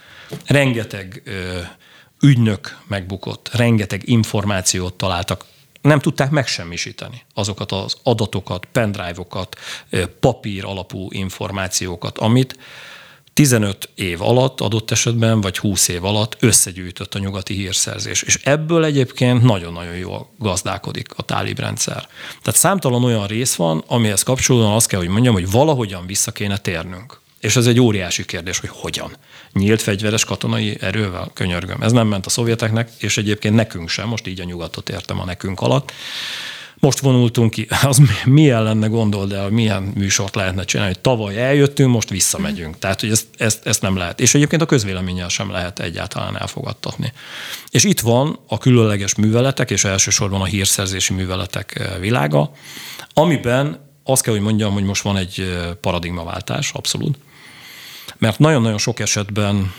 Rengeteg ö, ügynök megbukott, rengeteg információt találtak, nem tudták megsemmisíteni azokat az adatokat, pendrive-okat, papír alapú információkat, amit tizenöt év alatt adott esetben, vagy húsz év alatt összegyűjtött a nyugati hírszerzés. És ebből egyébként nagyon-nagyon jól gazdálkodik a tálib rendszer. Tehát számtalan olyan rész van, amihez kapcsolódóan azt kell, hogy mondjam, hogy valahogyan vissza kéne térnünk. És ez egy óriási kérdés, hogy hogyan. Nyílt fegyveres katonai erővel? Könyörgöm. Ez nem ment a szovjeteknek, és egyébként nekünk sem, most így a nyugatot értem a nekünk alatt. Most vonultunk ki, az milyen lenne, gondold el, milyen műsort lehetne csinálni, hogy tavaly eljöttünk, most visszamegyünk. Tehát, hogy ezt, ezt, ezt nem lehet. És egyébként a közvéleménnyel sem lehet egyáltalán elfogadtatni. És itt van a különleges műveletek, és elsősorban a hírszerzési műveletek világa, amiben azt kell, hogy mondjam, hogy most van egy paradigmaváltás, abszolút. Mert nagyon-nagyon sok esetben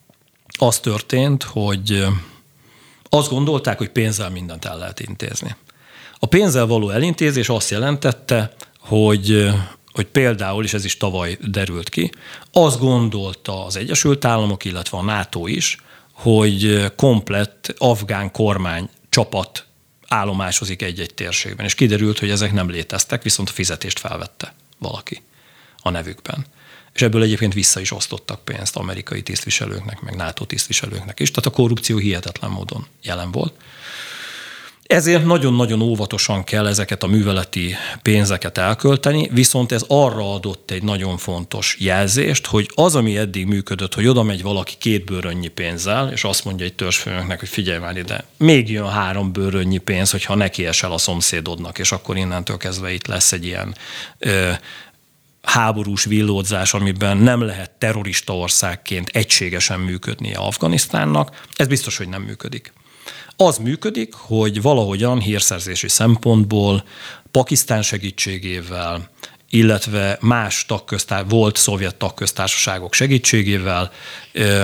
az történt, hogy azt gondolták, hogy pénzzel mindent el lehet intézni. A pénzzel való elintézés azt jelentette, hogy, hogy például, és ez is tavaly derült ki, azt gondolta az Egyesült Államok, illetve a NATO is, hogy komplett afgán kormány csapat állomásozik egy-egy térségben. És kiderült, hogy ezek nem léteztek, viszont a fizetést felvette valaki a nevükben. És ebből egyébként vissza is osztottak pénzt amerikai tisztviselőknek, meg NATO tisztviselőknek is. Tehát a korrupció hihetetlen módon jelen volt. Ezért nagyon-nagyon óvatosan kell ezeket a műveleti pénzeket elkölteni, viszont ez arra adott egy nagyon fontos jelzést, hogy az, ami eddig működött, hogy oda megy valaki két bőrönnyi pénzzel, és azt mondja egy törzsfőnöknek, hogy figyelj már ide, még jön három bőrönnyi pénz, hogyha neki esel a szomszédodnak, és akkor innentől kezdve itt lesz egy ilyen ö, háborús villódzás, amiben nem lehet terrorista országként egységesen működnie Afganisztánnak, ez biztos, hogy nem működik. Az működik, hogy valahogyan hírszerzési szempontból Pakisztán segítségével, illetve más tagköztár, volt szovjet tagköztársaságok segítségével ö,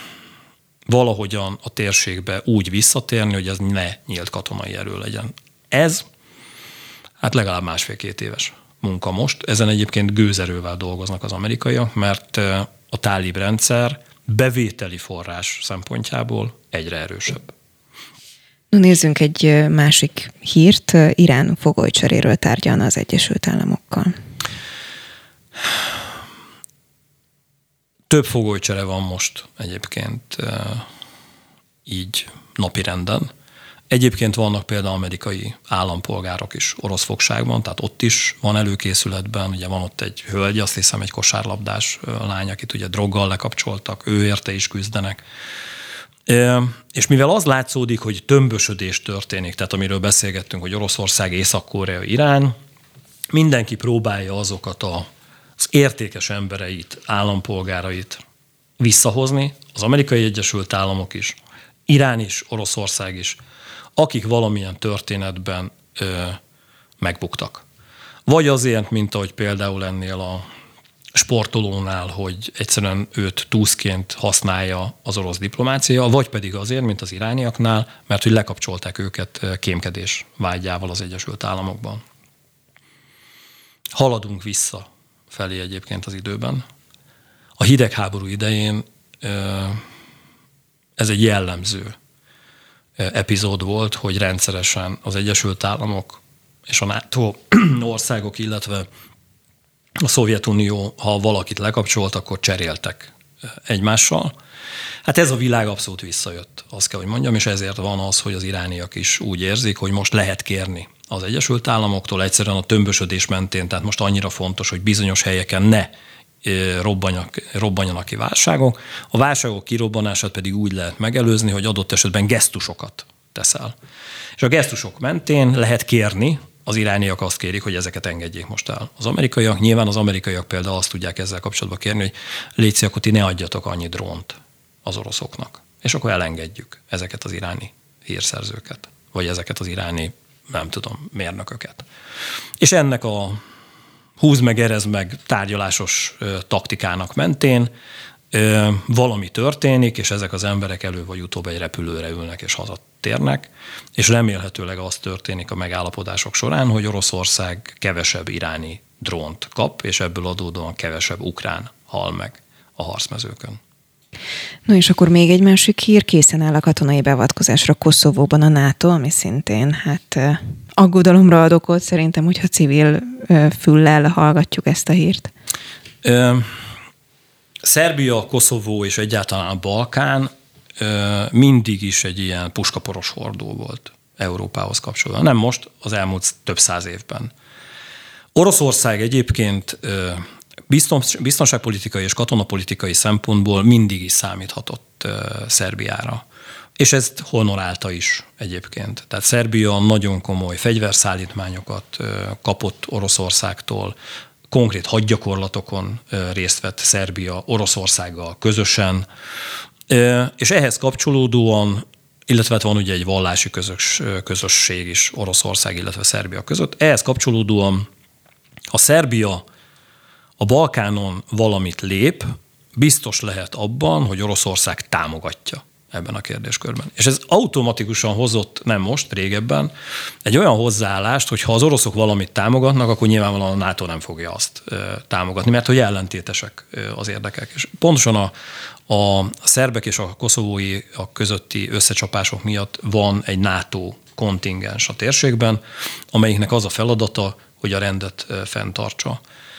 valahogyan a térségbe úgy visszatérni, hogy ez ne nyílt katonai erő legyen. Ez hát legalább másfél-két éves munka most. Ezen egyébként gőzerővel dolgoznak az amerikaiak, mert a tálib rendszer bevételi forrás szempontjából egyre erősebb.
Nézzünk egy másik hírt. Irán fogolycseréről tárgyalna az Egyesült Államokkal.
Több fogolycsere van most egyébként így napirenden. Egyébként vannak például amerikai állampolgárok is orosz fogságban, tehát ott is van előkészületben, ugye van ott egy hölgy, azt hiszem egy kosárlabdás lány, akit ugye droggal lekapcsoltak, ő érte is küzdenek. És mivel az látszódik, hogy tömbösödés történik, tehát amiről beszélgettünk, hogy Oroszország, Észak-Korea, Irán, mindenki próbálja azokat az értékes embereit, állampolgárait visszahozni, az Amerikai Egyesült Államok is, Irán is, Oroszország is, akik valamilyen történetben ö, megbuktak. vagy azért, mint ahogy például ennél a sportolónál, hogy egyszerűen őt túszként használja az orosz diplomácia, vagy pedig azért, mint az irániaknál, mert hogy lekapcsolták őket kémkedés vágyával az Egyesült Államokban. Haladunk vissza felé egyébként az időben. A hidegháború idején ez egy jellemző epizód volt, hogy rendszeresen az Egyesült Államok és a NATO országok, illetve a Szovjetunió, ha valakit lekapcsolt, akkor cseréltek egymással. Hát ez a világ abszolút visszajött, azt kell, hogy mondjam, és ezért van az, hogy az irániak is úgy érzik, hogy most lehet kérni az Egyesült Államoktól egyszerűen a tömbösödés mentén, tehát most annyira fontos, hogy bizonyos helyeken ne robbanjanak ki válságok. A válságok kirobbanását pedig úgy lehet megelőzni, hogy adott esetben gesztusokat teszel. És a gesztusok mentén lehet kérni, az irániak azt kérik, hogy ezeket engedjék most el. Az amerikaiak, nyilván az amerikaiak például azt tudják ezzel kapcsolatban kérni, hogy légy, akkor ti ne adjatok annyi drónt az oroszoknak. És akkor elengedjük ezeket az iráni hírszerzőket, vagy ezeket az iráni, nem tudom, mérnököket. És ennek a húz meg, erez meg tárgyalásos ö, taktikának mentén ö, valami történik, és ezek az emberek elő vagy utóbb egy repülőre ülnek és hazatérnek, és remélhetőleg az történik a megállapodások során, hogy Oroszország kevesebb iráni drónt kap, és ebből adódóan kevesebb ukrán hal meg a harcmezőkön.
No és akkor még egy másik hír, készen áll a katonai beavatkozásra Koszovóban a NATO, ami szintén hát aggodalomra ad okot szerintem, hogyha civil füllel hallgatjuk ezt a hírt.
Ö, Szerbia, Koszovó és egyáltalán a Balkán ö, mindig is egy ilyen puskaporos hordó volt Európához kapcsolatban. Nem most, az elmúlt több száz évben. Oroszország egyébként ö, biztonságpolitikai és katonapolitikai szempontból mindig is számíthatott Szerbiára. És ezt honorálta is egyébként. Tehát Szerbia nagyon komoly fegyverszállítmányokat kapott Oroszországtól, konkrét hadgyakorlatokon részt vett Szerbia Oroszországgal közösen, és ehhez kapcsolódóan, illetve van ugye egy vallási közös, közösség is Oroszország, illetve Szerbia között, ehhez kapcsolódóan a Szerbia a Balkánon valamit lép, biztos lehet abban, hogy Oroszország támogatja ebben a kérdéskörben. És ez automatikusan hozott, nem most, régebben, egy olyan hozzáállást, hogy ha az oroszok valamit támogatnak, akkor nyilvánvalóan a NATO nem fogja azt támogatni, mert hogy ellentétesek az érdekek. És pontosan a, a szerbek és a koszovóiak közötti összecsapások miatt van egy NATO kontingens a térségben, amelyiknek az a feladata, hogy a rendet fenntartsa.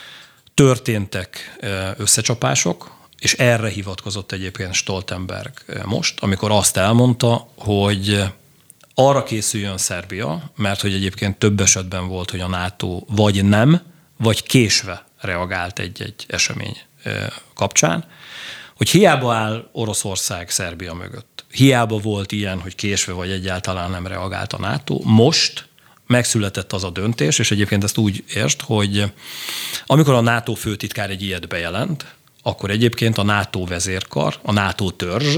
Történtek összecsapások, és erre hivatkozott egyébként Stoltenberg most, amikor azt elmondta, hogy arra készüljön Szerbia, mert hogy egyébként több esetben volt, hogy a NATO vagy nem, vagy késve reagált egy-egy esemény kapcsán, hogy hiába áll Oroszország Szerbia mögött. Hiába volt ilyen, hogy késve vagy egyáltalán nem reagált a NATO. Most megszületett az a döntés, és egyébként ezt úgy értsd, hogy amikor a NATO főtitkár egy ilyet bejelent, akkor egyébként a NATO vezérkar, a NATO törzs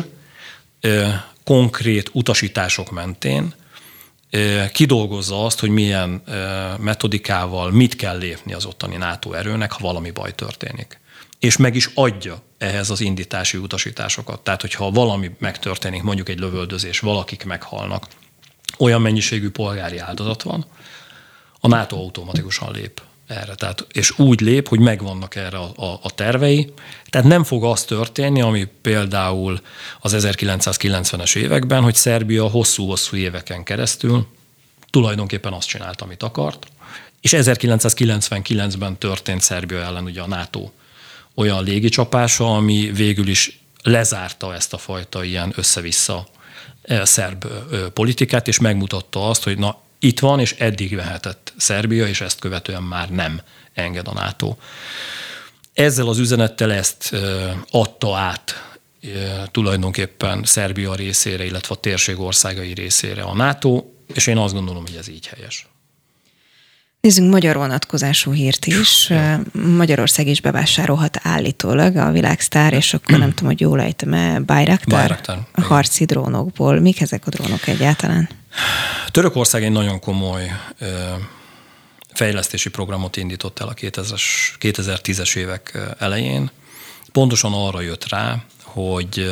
konkrét utasítások mentén kidolgozza azt, hogy milyen metodikával mit kell lépni az ottani NATO erőnek, ha valami baj történik. És meg is adja ehhez az indítási utasításokat. Tehát, hogyha valami megtörténik, mondjuk egy lövöldözés, valakik meghalnak, olyan mennyiségű polgári áldozat van, a NATO automatikusan lép erre. Tehát, és úgy lép, hogy megvannak erre a, a, a tervei. Tehát nem fog az történni, ami például az ezerkilencszázkilencvenes években, hogy Szerbia hosszú-hosszú éveken keresztül tulajdonképpen azt csinált, amit akart, és ezerkilencszázkilencvenkilencben történt Szerbia ellen ugye a NATO olyan légicsapása, ami végül is lezárta ezt a fajta ilyen össze-vissza szerb politikát, és megmutatta azt, hogy na, itt van, és eddig vehetett Szerbia, és ezt követően már nem enged a NATO. Ezzel az üzenettel ezt adta át tulajdonképpen Szerbia részére, illetve a térség országai részére a NATO, és én azt gondolom, hogy ez így helyes.
Nézzünk magyar vonatkozású hírt is. Magyarország is bevásárolhat állítólag a Világsztár, és akkor nem tudom, hogy jól ejtem-e, Bayraktar,
Bayraktar
a harci drónokból. Mik ezek a drónok egyáltalán?
Törökország egy nagyon komoly fejlesztési programot indított el a kétezer-tízes évek elején. Pontosan arra jött rá, hogy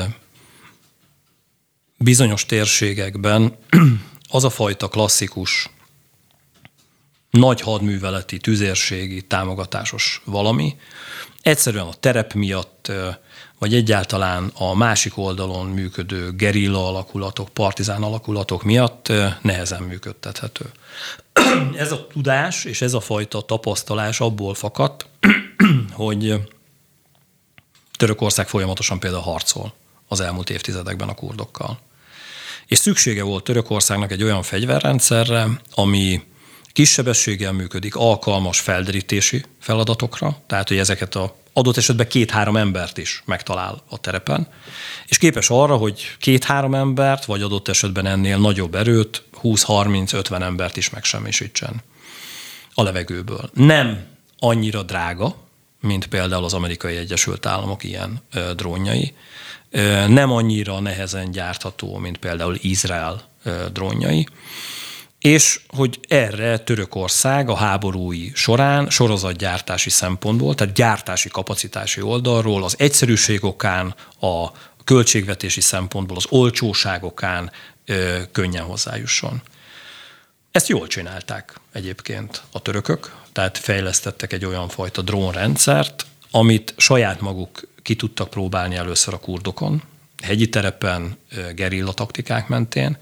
bizonyos térségekben az a fajta klasszikus, nagy hadműveleti, tüzérségi, támogatásos valami egyszerűen a terep miatt, vagy egyáltalán a másik oldalon működő gerilla alakulatok, partizán alakulatok miatt nehezen működtethető. Ez a tudás és ez a fajta tapasztalás abból fakadt, hogy Törökország folyamatosan például harcol az elmúlt évtizedekben a kurdokkal. És szüksége volt Törökországnak egy olyan fegyverrendszerre, ami kis sebességgel működik, alkalmas felderítési feladatokra, tehát hogy ezeket a adott esetben két-három embert is megtalál a terepen, és képes arra, hogy két-három embert, vagy adott esetben ennél nagyobb erőt, húsz-harminc-ötven embert is megsemmisítsen a levegőből. Nem annyira drága, mint például az Amerikai Egyesült Államok ilyen ö, drónjai, ö, nem annyira nehezen gyártható, mint például Izrael ö, drónjai, és hogy erre Törökország a háborúi során sorozatgyártási szempontból, tehát gyártási kapacitási oldalról az egyszerűség okán, a költségvetési szempontból, az olcsóság okán ö, könnyen hozzájusson. Ezt jól csinálták egyébként a törökök, tehát fejlesztettek egy olyan fajta drónrendszert, amit saját maguk ki tudtak próbálni először a kurdokon, hegyi terepen, gerilla taktikák mentén,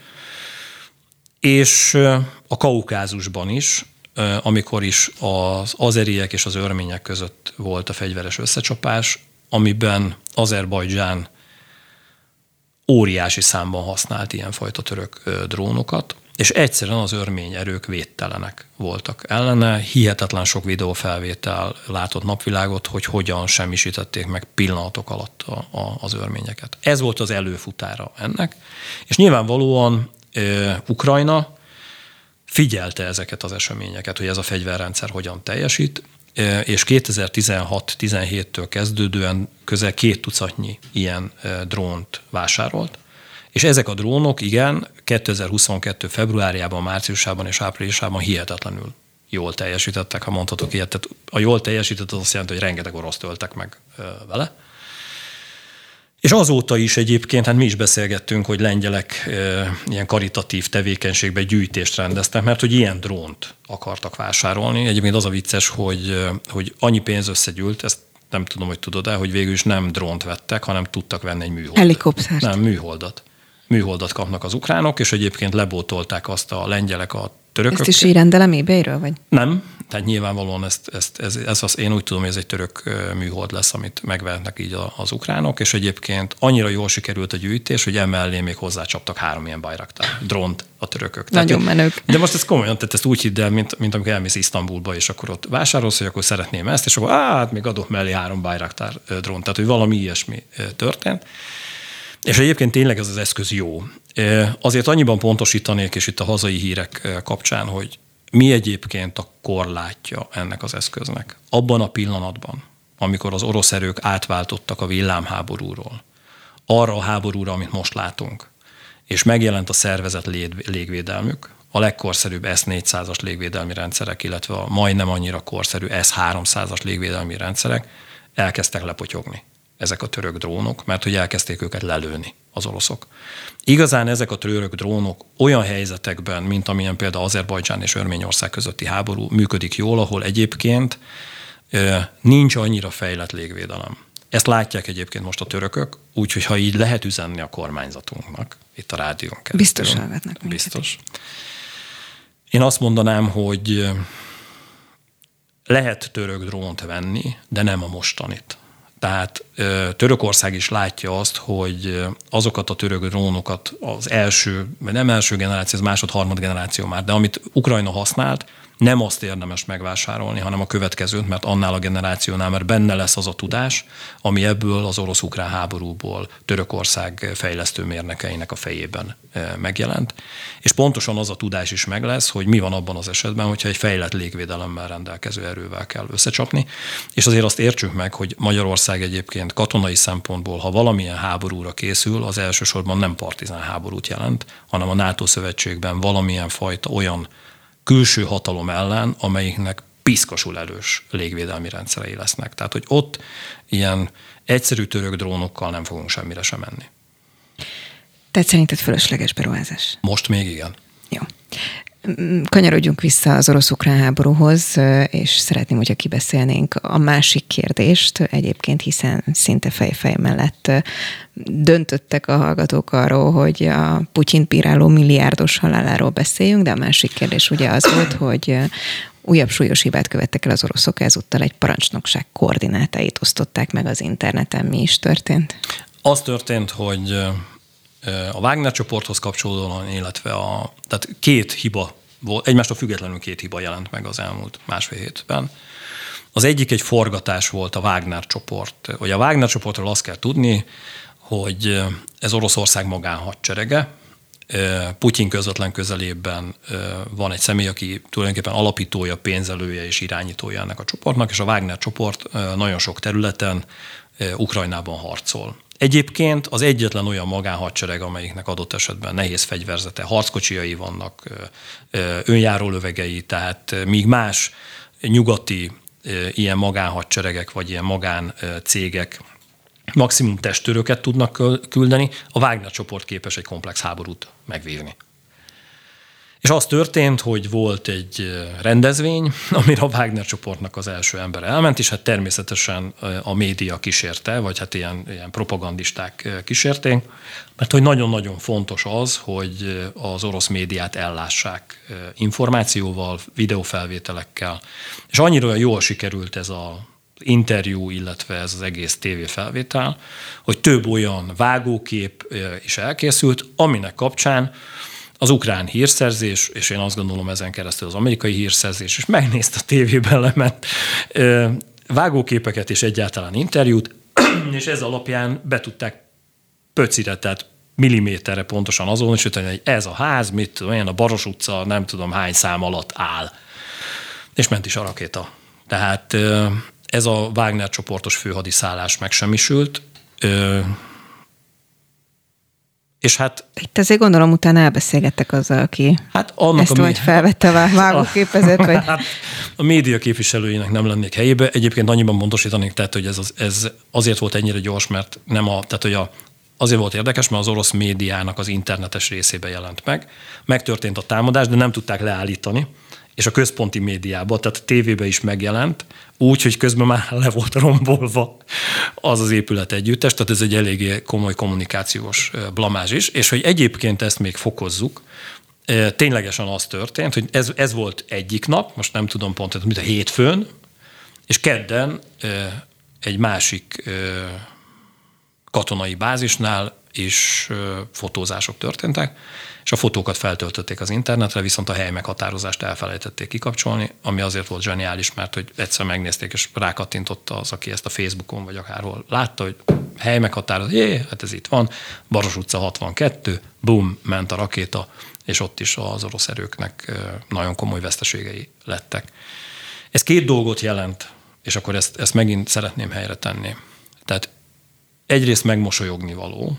és a Kaukázusban is, amikor is az azeriek és az örmények között volt a fegyveres összecsapás, amiben Azerbajdzsán óriási számban használt ilyenfajta török drónokat, és egyszerűen az örmény erők védtelenek voltak ellene. Hihetetlen sok videófelvétel látott napvilágot, hogy hogyan semmisítették meg pillanatok alatt a, a, az örményeket. Ez volt az előfutára ennek, és nyilvánvalóan e, Ukrajna figyelte ezeket az eseményeket, hogy ez a fegyverrendszer hogyan teljesít, e, és kétezer-tizenhat-tizenhéttől kezdődően közel két tucatnyi ilyen e, drónt vásárolt, és ezek a drónok, igen, kétezer-huszonkettő februárjában, márciusában és áprilisában hihetetlenül jól teljesítettek, ha mondhatok ilyet. Tehát a jól teljesített az azt jelenti, hogy rengeteg oroszt öltek meg vele. És azóta is egyébként, hát mi is beszélgettünk, hogy lengyelek ilyen karitatív tevékenységben gyűjtést rendeztek, mert hogy ilyen drónt akartak vásárolni. Egyébként az a vicces, hogy, hogy annyi pénz összegyűlt, ezt nem tudom, hogy tudod-e, hogy végül is nem drónt vettek, hanem tudtak venni egy műholdat.
Helikoptert.
Nem, műholdat. Műholdat kapnak az ukránok, és egyébként lebótolták azt a lengyelek a törökök.
Ezt is így rendelem eBay-ről, vagy?
Nem, tehát nyilvánvalóan ezt, ezt, ez, ez az, én úgy tudom, hogy ez egy török műhold lesz, amit megvehetnek így az ukránok, és egyébként annyira jól sikerült a gyűjtés, hogy emellé még hozzácsaptak három ilyen Bayraktar drónt a törökök.
Nagyon
tehát,
menők.
De most ez komolyan, tehát ezt úgy hidd el, mint, mint amikor elmész Isztambulba, és akkor ott vásárolsz, hogy akkor szeretném ezt, és akkor hát még adok mellé három Bayraktar drónt, tehát hogy valami ilyesmi történt. És egyébként tényleg ez az eszköz jó. Azért annyiban pontosítanék, és itt a hazai hírek kapcsán, hogy mi egyébként a korlátja ennek az eszköznek. Abban a pillanatban, amikor az orosz erők átváltottak a villámháborúról, arra a háborúra, amit most látunk, és megjelent a szervezett légvédelmük, a legkorszerűbb S négyszázas légvédelmi rendszerek, illetve a majdnem annyira korszerű S háromszázas légvédelmi rendszerek elkezdtek lepotyogni. Ezek a török drónok, mert hogy elkezdték őket lelőni az oroszok. Igazán ezek a török drónok olyan helyzetekben, mint amilyen például Azerbajdzsán és Örményország közötti háború működik jól, ahol egyébként nincs annyira fejlett légvédelem. Ezt látják egyébként most a törökök, úgyhogy ha így lehet üzenni a kormányzatunknak, itt a rádión keresztül.
Biztos hallgatnak minket.
Biztos. Én azt mondanám, hogy lehet török drónt venni, de nem a mostanit. Tehát Törökország is látja azt, hogy azokat a török drónokat az első, vagy nem első generáció, az másod-harmad generáció már, de amit Ukrajna használt, nem azt érdemes megvásárolni, hanem a következőt, mert annál a generációnál már benne lesz az a tudás, ami ebből az orosz-ukrán háborúból Törökország fejlesztő mérnökeinek a fejében megjelent. És pontosan az a tudás is meg lesz, hogy mi van abban az esetben, hogyha egy fejlett légvédelemmel rendelkező erővel kell összecsapni. És azért azt értsük meg, hogy Magyarország egyébként katonai szempontból, ha valamilyen háborúra készül, az elsősorban nem partizán háborút jelent, hanem a NATO szövetségben valamilyen fajta olyan külső hatalom ellen, amelyiknek piszkosul erős légvédelmi rendszerei lesznek. Tehát, hogy ott ilyen egyszerű török drónokkal nem fogunk semmire sem menni.
Tehát szerinted fölösleges beruházás?
Most még igen.
Jó. Kanyarodjunk vissza az orosz-ukrán háborúhoz, és szeretném, hogyha kibeszélnénk a másik kérdést, egyébként hiszen szinte fej-fej mellett döntöttek a hallgatók arról, hogy a Putyint bíráló milliárdos haláláról beszéljünk, de a másik kérdés ugye az volt, hogy újabb súlyos hibát követtek el az oroszok, ezúttal egy parancsnokság koordinátáit osztották meg az interneten. Mi is történt?
Az történt, hogy a Wagner csoporthoz kapcsolódóan, illetve a, tehát két hiba volt, egymástól függetlenül két hiba jelent meg az elmúlt másfél hétben. Az egyik egy forgatás volt a Wagner csoport. Ugye a Wagner csoportról azt kell tudni, hogy ez Oroszország magánhadserege. Putyin közvetlen közelében van egy személy, aki tulajdonképpen alapítója, pénzelője és irányítója ennek a csoportnak, és a Wagner csoport nagyon sok területen Ukrajnában harcol. Egyébként az egyetlen olyan magánhadsereg, amelyiknek adott esetben nehéz fegyverzete, harckocsiai vannak, önjáró lövegei, tehát míg más nyugati ilyen magánhadseregek vagy ilyen magáncégek maximum testőröket tudnak küldeni, a Wagner csoport képes egy komplex háborút megvívni. És az történt, hogy volt egy rendezvény, amire a Wagner csoportnak az első ember elment, és hát természetesen a média kísérte, vagy hát ilyen, ilyen propagandisták kísérték, mert hogy nagyon-nagyon fontos az, hogy az orosz médiát ellássák információval, videófelvételekkel, és annyira jól sikerült ez a interjú, illetve ez az egész tévéfelvétel, hogy több olyan vágókép is elkészült, aminek kapcsán az ukrán hírszerzés, és én azt gondolom ezen keresztül az amerikai hírszerzés, és megnézte a tévében lement vágóképeket és egyáltalán interjút, és ez alapján be tudták pöcire, tehát milliméterre pontosan azonosítani, hogy ez a ház, mit tudom én, a Baros utca, nem tudom hány szám alatt áll. És ment is a rakéta. Tehát ez a Wagner csoportos főhadiszállás megsemmisült, és hát...
Itt azért gondolom, utána elbeszélgettek azzal, aki hát ezt a vagy mi... felvette a vágóképezet, vagy...
Hát a média képviselőinek nem lennék helyébe. Egyébként annyiban pontosítanék, tehát, hogy ez, az, ez azért volt ennyire gyors, mert nem a... Tehát, hogy a, azért volt érdekes, mert az orosz médiának az internetes részébe jelent meg. Megtörtént a támadás, de nem tudták leállítani, és a központi médiában, tehát a tévében is megjelent, úgy, hogy közben már le volt rombolva az az épület együttes, tehát ez egy eléggé komoly kommunikációs blamázs is, és hogy egyébként ezt még fokozzuk, ténylegesen az történt, hogy ez, ez volt egyik nap, most nem tudom pont, mint a hétfőn, és kedden egy másik katonai bázisnál is fotózások történtek, és a fotókat feltöltötték az internetre, viszont a hely meghatározást elfelejtették kikapcsolni, ami azért volt zseniális, mert hogy egyszer megnézték, és rákattintott az, aki ezt a Facebookon vagy akárhol látta, hogy hely meghatározás, jé, hát ez itt van, Baros utca hatvankettő, bum, ment a rakéta, és ott is az orosz erőknek nagyon komoly veszteségei lettek. Ez két dolgot jelent, és akkor ezt, ezt megint szeretném helyre tenni. Tehát egyrészt megmosolyogni való,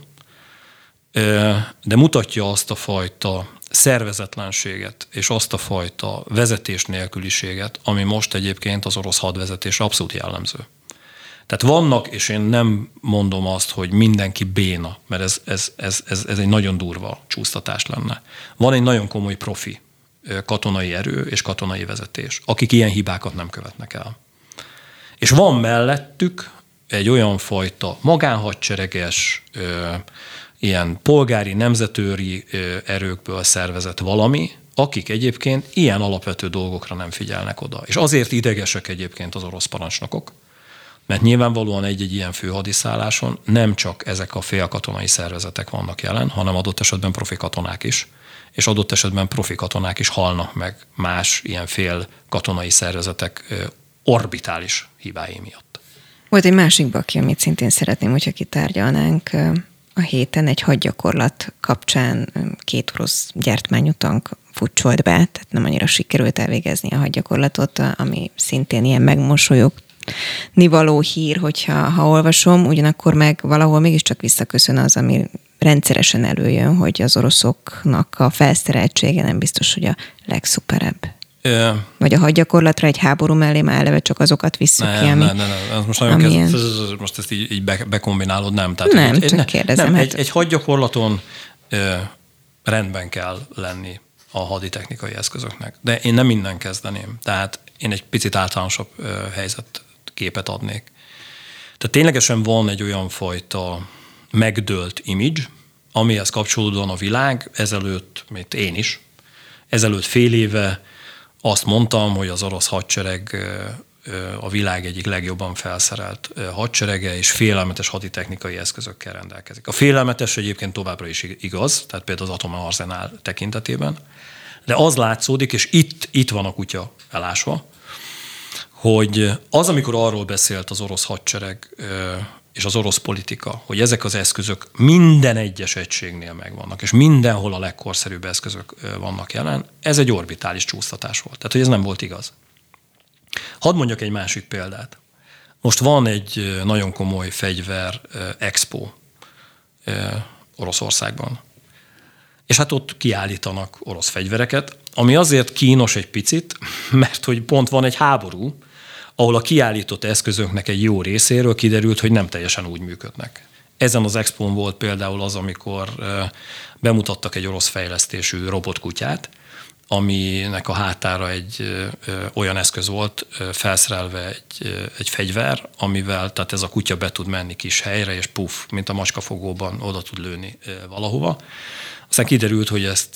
de mutatja azt a fajta szervezetlenséget és azt a fajta vezetés nélküliséget, ami most egyébként az orosz hadvezetésre abszolút jellemző. Tehát vannak, és én nem mondom azt, hogy mindenki béna, mert ez, ez, ez, ez, ez egy nagyon durva csúsztatás lenne. Van egy nagyon komoly profi katonai erő és katonai vezetés, akik ilyen hibákat nem követnek el. És van mellettük egy olyan fajta magánhadsereges, ilyen polgári, nemzetőri erőkből szervezett valami, akik egyébként ilyen alapvető dolgokra nem figyelnek oda. És azért idegesek egyébként az orosz parancsnokok, mert nyilvánvalóan egy-egy ilyen főhadiszálláson nem csak ezek a félkatonai szervezetek vannak jelen, hanem adott esetben profi katonák is, és adott esetben profi katonák is halnak meg más ilyen fél katonai szervezetek orbitális hibái miatt.
Volt egy másik baki, amit szintén szeretném, hogyha kitárgyalnánk. A héten egy hadgyakorlat kapcsán két orosz gyertmányú tank futcsolt be, tehát nem annyira sikerült elvégezni a hadgyakorlatot, ami szintén ilyen megmosolyogni való hír, hogyha ha olvasom, ugyanakkor meg valahol mégiscsak visszaköszön az, ami rendszeresen előjön, hogy az oroszoknak a felszereltsége nem biztos, hogy a legszuperebb. Vagy a hadgyakorlatra egy háború mellé már eleve csak azokat visszük
ne,
ki, ami...
Ne, ne, ne, most nagyon
amilyen...
kezd, most ezt így, így be, bekombinálod, nem? Tehát
nem,
egy,
csak
egy,
kérdezem.
Nem,
hát...
egy, egy hadgyakorlaton ö, rendben kell lenni a haditechnikai eszközöknek. De én nem innen kezdeném. Tehát én egy picit általánosabb ö, helyzetképet adnék. Tehát ténylegesen van egy olyan fajta megdőlt image, amihez kapcsolódóan a világ ezelőtt, mint én is, ezelőtt fél éve azt mondtam, hogy az orosz hadsereg a világ egyik legjobban felszerelt hadserege, és félelmetes haditechnikai eszközökkel rendelkezik. A félelmetes egyébként továbbra is igaz, tehát például az atomarzenál tekintetében, de az látszódik, és itt, itt van a kutya elásva, hogy az, amikor arról beszélt az orosz hadsereg és az orosz politika, hogy ezek az eszközök minden egyes egységnél megvannak, és mindenhol a legkorszerűbb eszközök vannak jelen, ez egy orbitális csúsztatás volt. Tehát, hogy ez nem volt igaz. Hadd mondjak egy másik példát. Most van egy nagyon komoly fegyver expo Oroszországban. És hát ott kiállítanak orosz fegyvereket, ami azért kínos egy picit, mert hogy pont van egy háború, ahol a kiállított eszközöknek egy jó részéről kiderült, hogy nem teljesen úgy működnek. Ezen az expón volt például az, amikor bemutattak egy orosz fejlesztésű robotkutyát, aminek a hátára egy olyan eszköz volt, felszerelve egy, egy fegyver, amivel tehát ez a kutya be tud menni kis helyre, és puf, mint a macskafogóban oda tud lőni valahova. Aztán kiderült, hogy ezt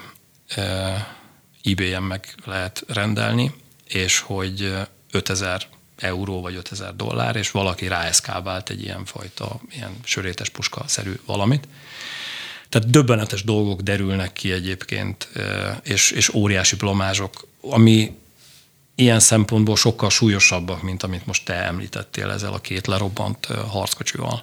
eBay-en meg lehet rendelni, és hogy ötezer euró vagy ötezer dollár, és valaki ráeszkábált egy ilyen fajta, ilyen sörétes puska-szerű valamit. Tehát döbbenetes dolgok derülnek ki egyébként, és, és óriási blamázsok, ami ilyen szempontból sokkal súlyosabbak, mint amit most te említettél ezzel a két lerobbant harckocsival.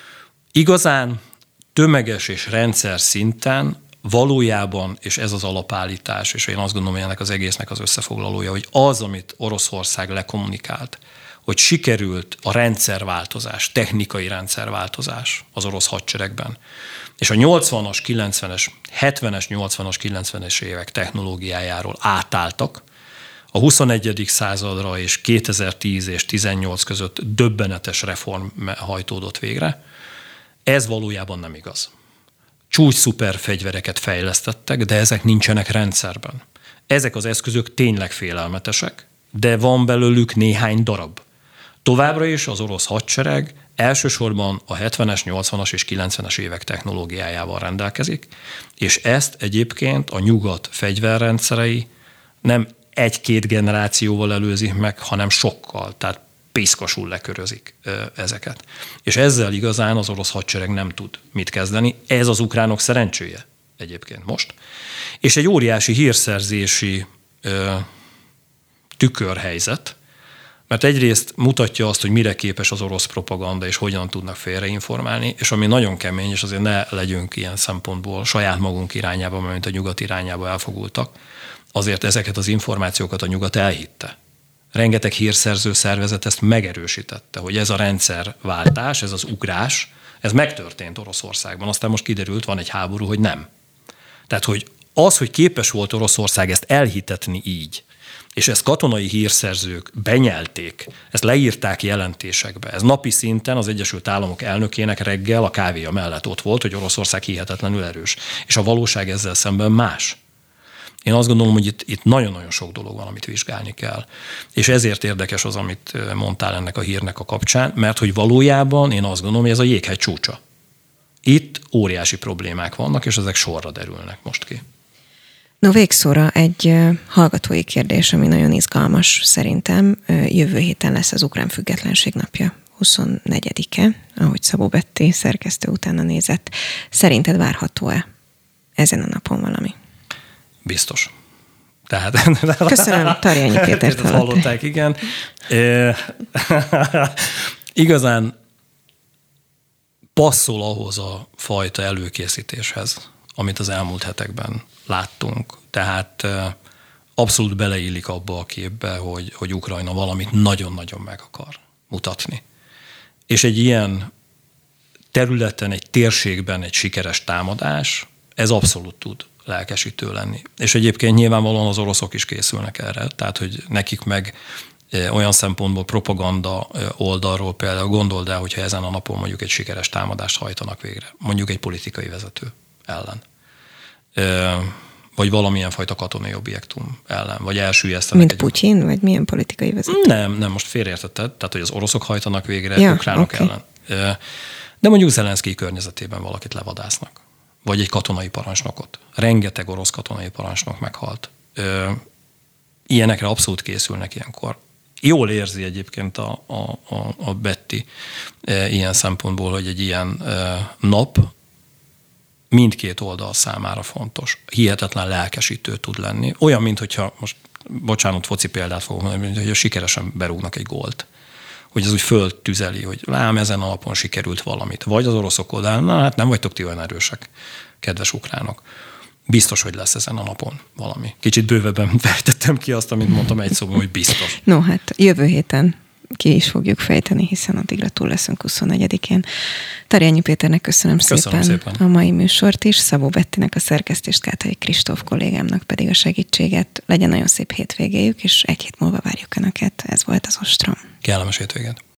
Igazán tömeges és rendszer szinten valójában, és ez az alapállítás, és én azt gondolom, hogy ennek az egésznek az összefoglalója, hogy az, amit Oroszország lekommunikált, hogy sikerült a rendszerváltozás, technikai rendszerváltozás az orosz hadseregben, és a nyolcvanas, kilencvenes, hetvenes, nyolcvanas, kilencvenes évek technológiájáról átálltak, a huszonegyedik századra és kétezer-tíz és tizennyolc között döbbenetes reform hajtódott végre, ez valójában nem igaz. Csúcs szuper fegyvereket fejlesztettek, de ezek nincsenek rendszerben. Ezek az eszközök tényleg félelmetesek, de van belőlük néhány darab. Továbbra is az orosz hadsereg elsősorban a hetvenes, nyolcvanas és kilencvenes évek technológiájával rendelkezik, és ezt egyébként a nyugat fegyverrendszerei nem egy-két generációval előzik meg, hanem sokkal, tehát piszkosul lekörözik ezeket. És ezzel igazán az orosz hadsereg nem tud mit kezdeni. Ez az ukránok szerencséje egyébként most. És egy óriási hírszerzési ö, tükörhelyzet, mert egyrészt mutatja azt, hogy mire képes az orosz propaganda, és hogyan tudnak félreinformálni, és ami nagyon kemény, és azért ne legyünk ilyen szempontból saját magunk irányába, mint a nyugat irányába elfogultak, azért ezeket az információkat a nyugat elhitte. Rengeteg hírszerző szervezet ezt megerősítette, hogy ez a rendszerváltás, ez az ugrás, ez megtörtént Oroszországban. Aztán most kiderült, van egy háború, hogy nem. Tehát, hogy az, hogy képes volt Oroszország ezt elhitetni így, és ezt katonai hírszerzők benyelték, ezt leírták jelentésekbe. Ez napi szinten az Egyesült Államok elnökének reggel a kávéja mellett ott volt, hogy Oroszország hihetetlenül erős. És a valóság ezzel szemben más. Én azt gondolom, hogy itt, itt nagyon-nagyon sok dolog van, amit vizsgálni kell. És ezért érdekes az, amit mondtál ennek a hírnek a kapcsán, mert hogy valójában én azt gondolom, hogy ez a jéghegy csúcsa. Itt óriási problémák vannak, és ezek sorra derülnek most ki.
No, végszóra egy hallgatói kérdés, ami nagyon izgalmas szerintem. Jövő héten lesz az Ukrán Függetlenség napja, huszonnegyedike, ahogy Szabó Betty szerkesztő utána nézett. Szerinted várható-e ezen a napon valami?
Biztos. Tehát...
Köszönöm, Tarjányi Pétert
hallották, igen. E, igazán passzol ahhoz a fajta előkészítéshez, amit az elmúlt hetekben láttunk. Tehát abszolút beleillik abba a képbe, hogy, hogy Ukrajna valamit nagyon-nagyon meg akar mutatni. És egy ilyen területen, egy térségben egy sikeres támadás, ez abszolút tud lelkesítő lenni. És egyébként nyilvánvalóan az oroszok is készülnek erre, tehát hogy nekik meg olyan szempontból propaganda oldalról például gondold el, hogyha ezen a napon mondjuk egy sikeres támadást hajtanak végre, mondjuk egy politikai vezető ellen, vagy valamilyen fajta katonai objektum ellen, vagy elsüllyesztenek.
Mint
egy...
Putyin, vagy milyen politikai vezető?
Nem, nem, most félreértetted, tehát hogy az oroszok hajtanak végre
ja,
ukránok
okay.
ellen. De mondjuk Zelenszkij környezetében valakit levadásznak, vagy egy katonai parancsnokot. Rengeteg orosz katonai parancsnok meghalt. Ilyenekre abszolút készülnek ilyenkor. Jól érzi egyébként a, a, a, a Betty e, ilyen szempontból, hogy egy ilyen e, nap mindkét oldal számára fontos. Hihetetlen lelkesítő tud lenni. Olyan, mint hogyha, most bocsánat, foci példát fogok mondani, hogy sikeresen berúgnak egy gólt. Hogy ez úgy föltüzeli, hogy lám, ezen a napon sikerült valamit. Vagy az oroszok oldalán, na hát nem vagytok ti olyan erősek, kedves ukránok. Biztos, hogy lesz ezen a napon valami. Kicsit bővebben fejtettem ki azt, amit mondtam egy szóban, hogy biztos.
No, hát jövő héten ki is fogjuk fejteni, hiszen addigra túl leszünk huszonnegyedikén. Tarjányi Péternek köszönöm,
köszönöm
szépen,
szépen
a mai műsort is, Szabó Bettinek a szerkesztést, Kátai Kristóf kollégámnak pedig a segítséget. Legyen nagyon szép hétvégéjük, és egy hét múlva várjuk Önöket. Ez volt az Ostrom.
Kellemes hétvégét.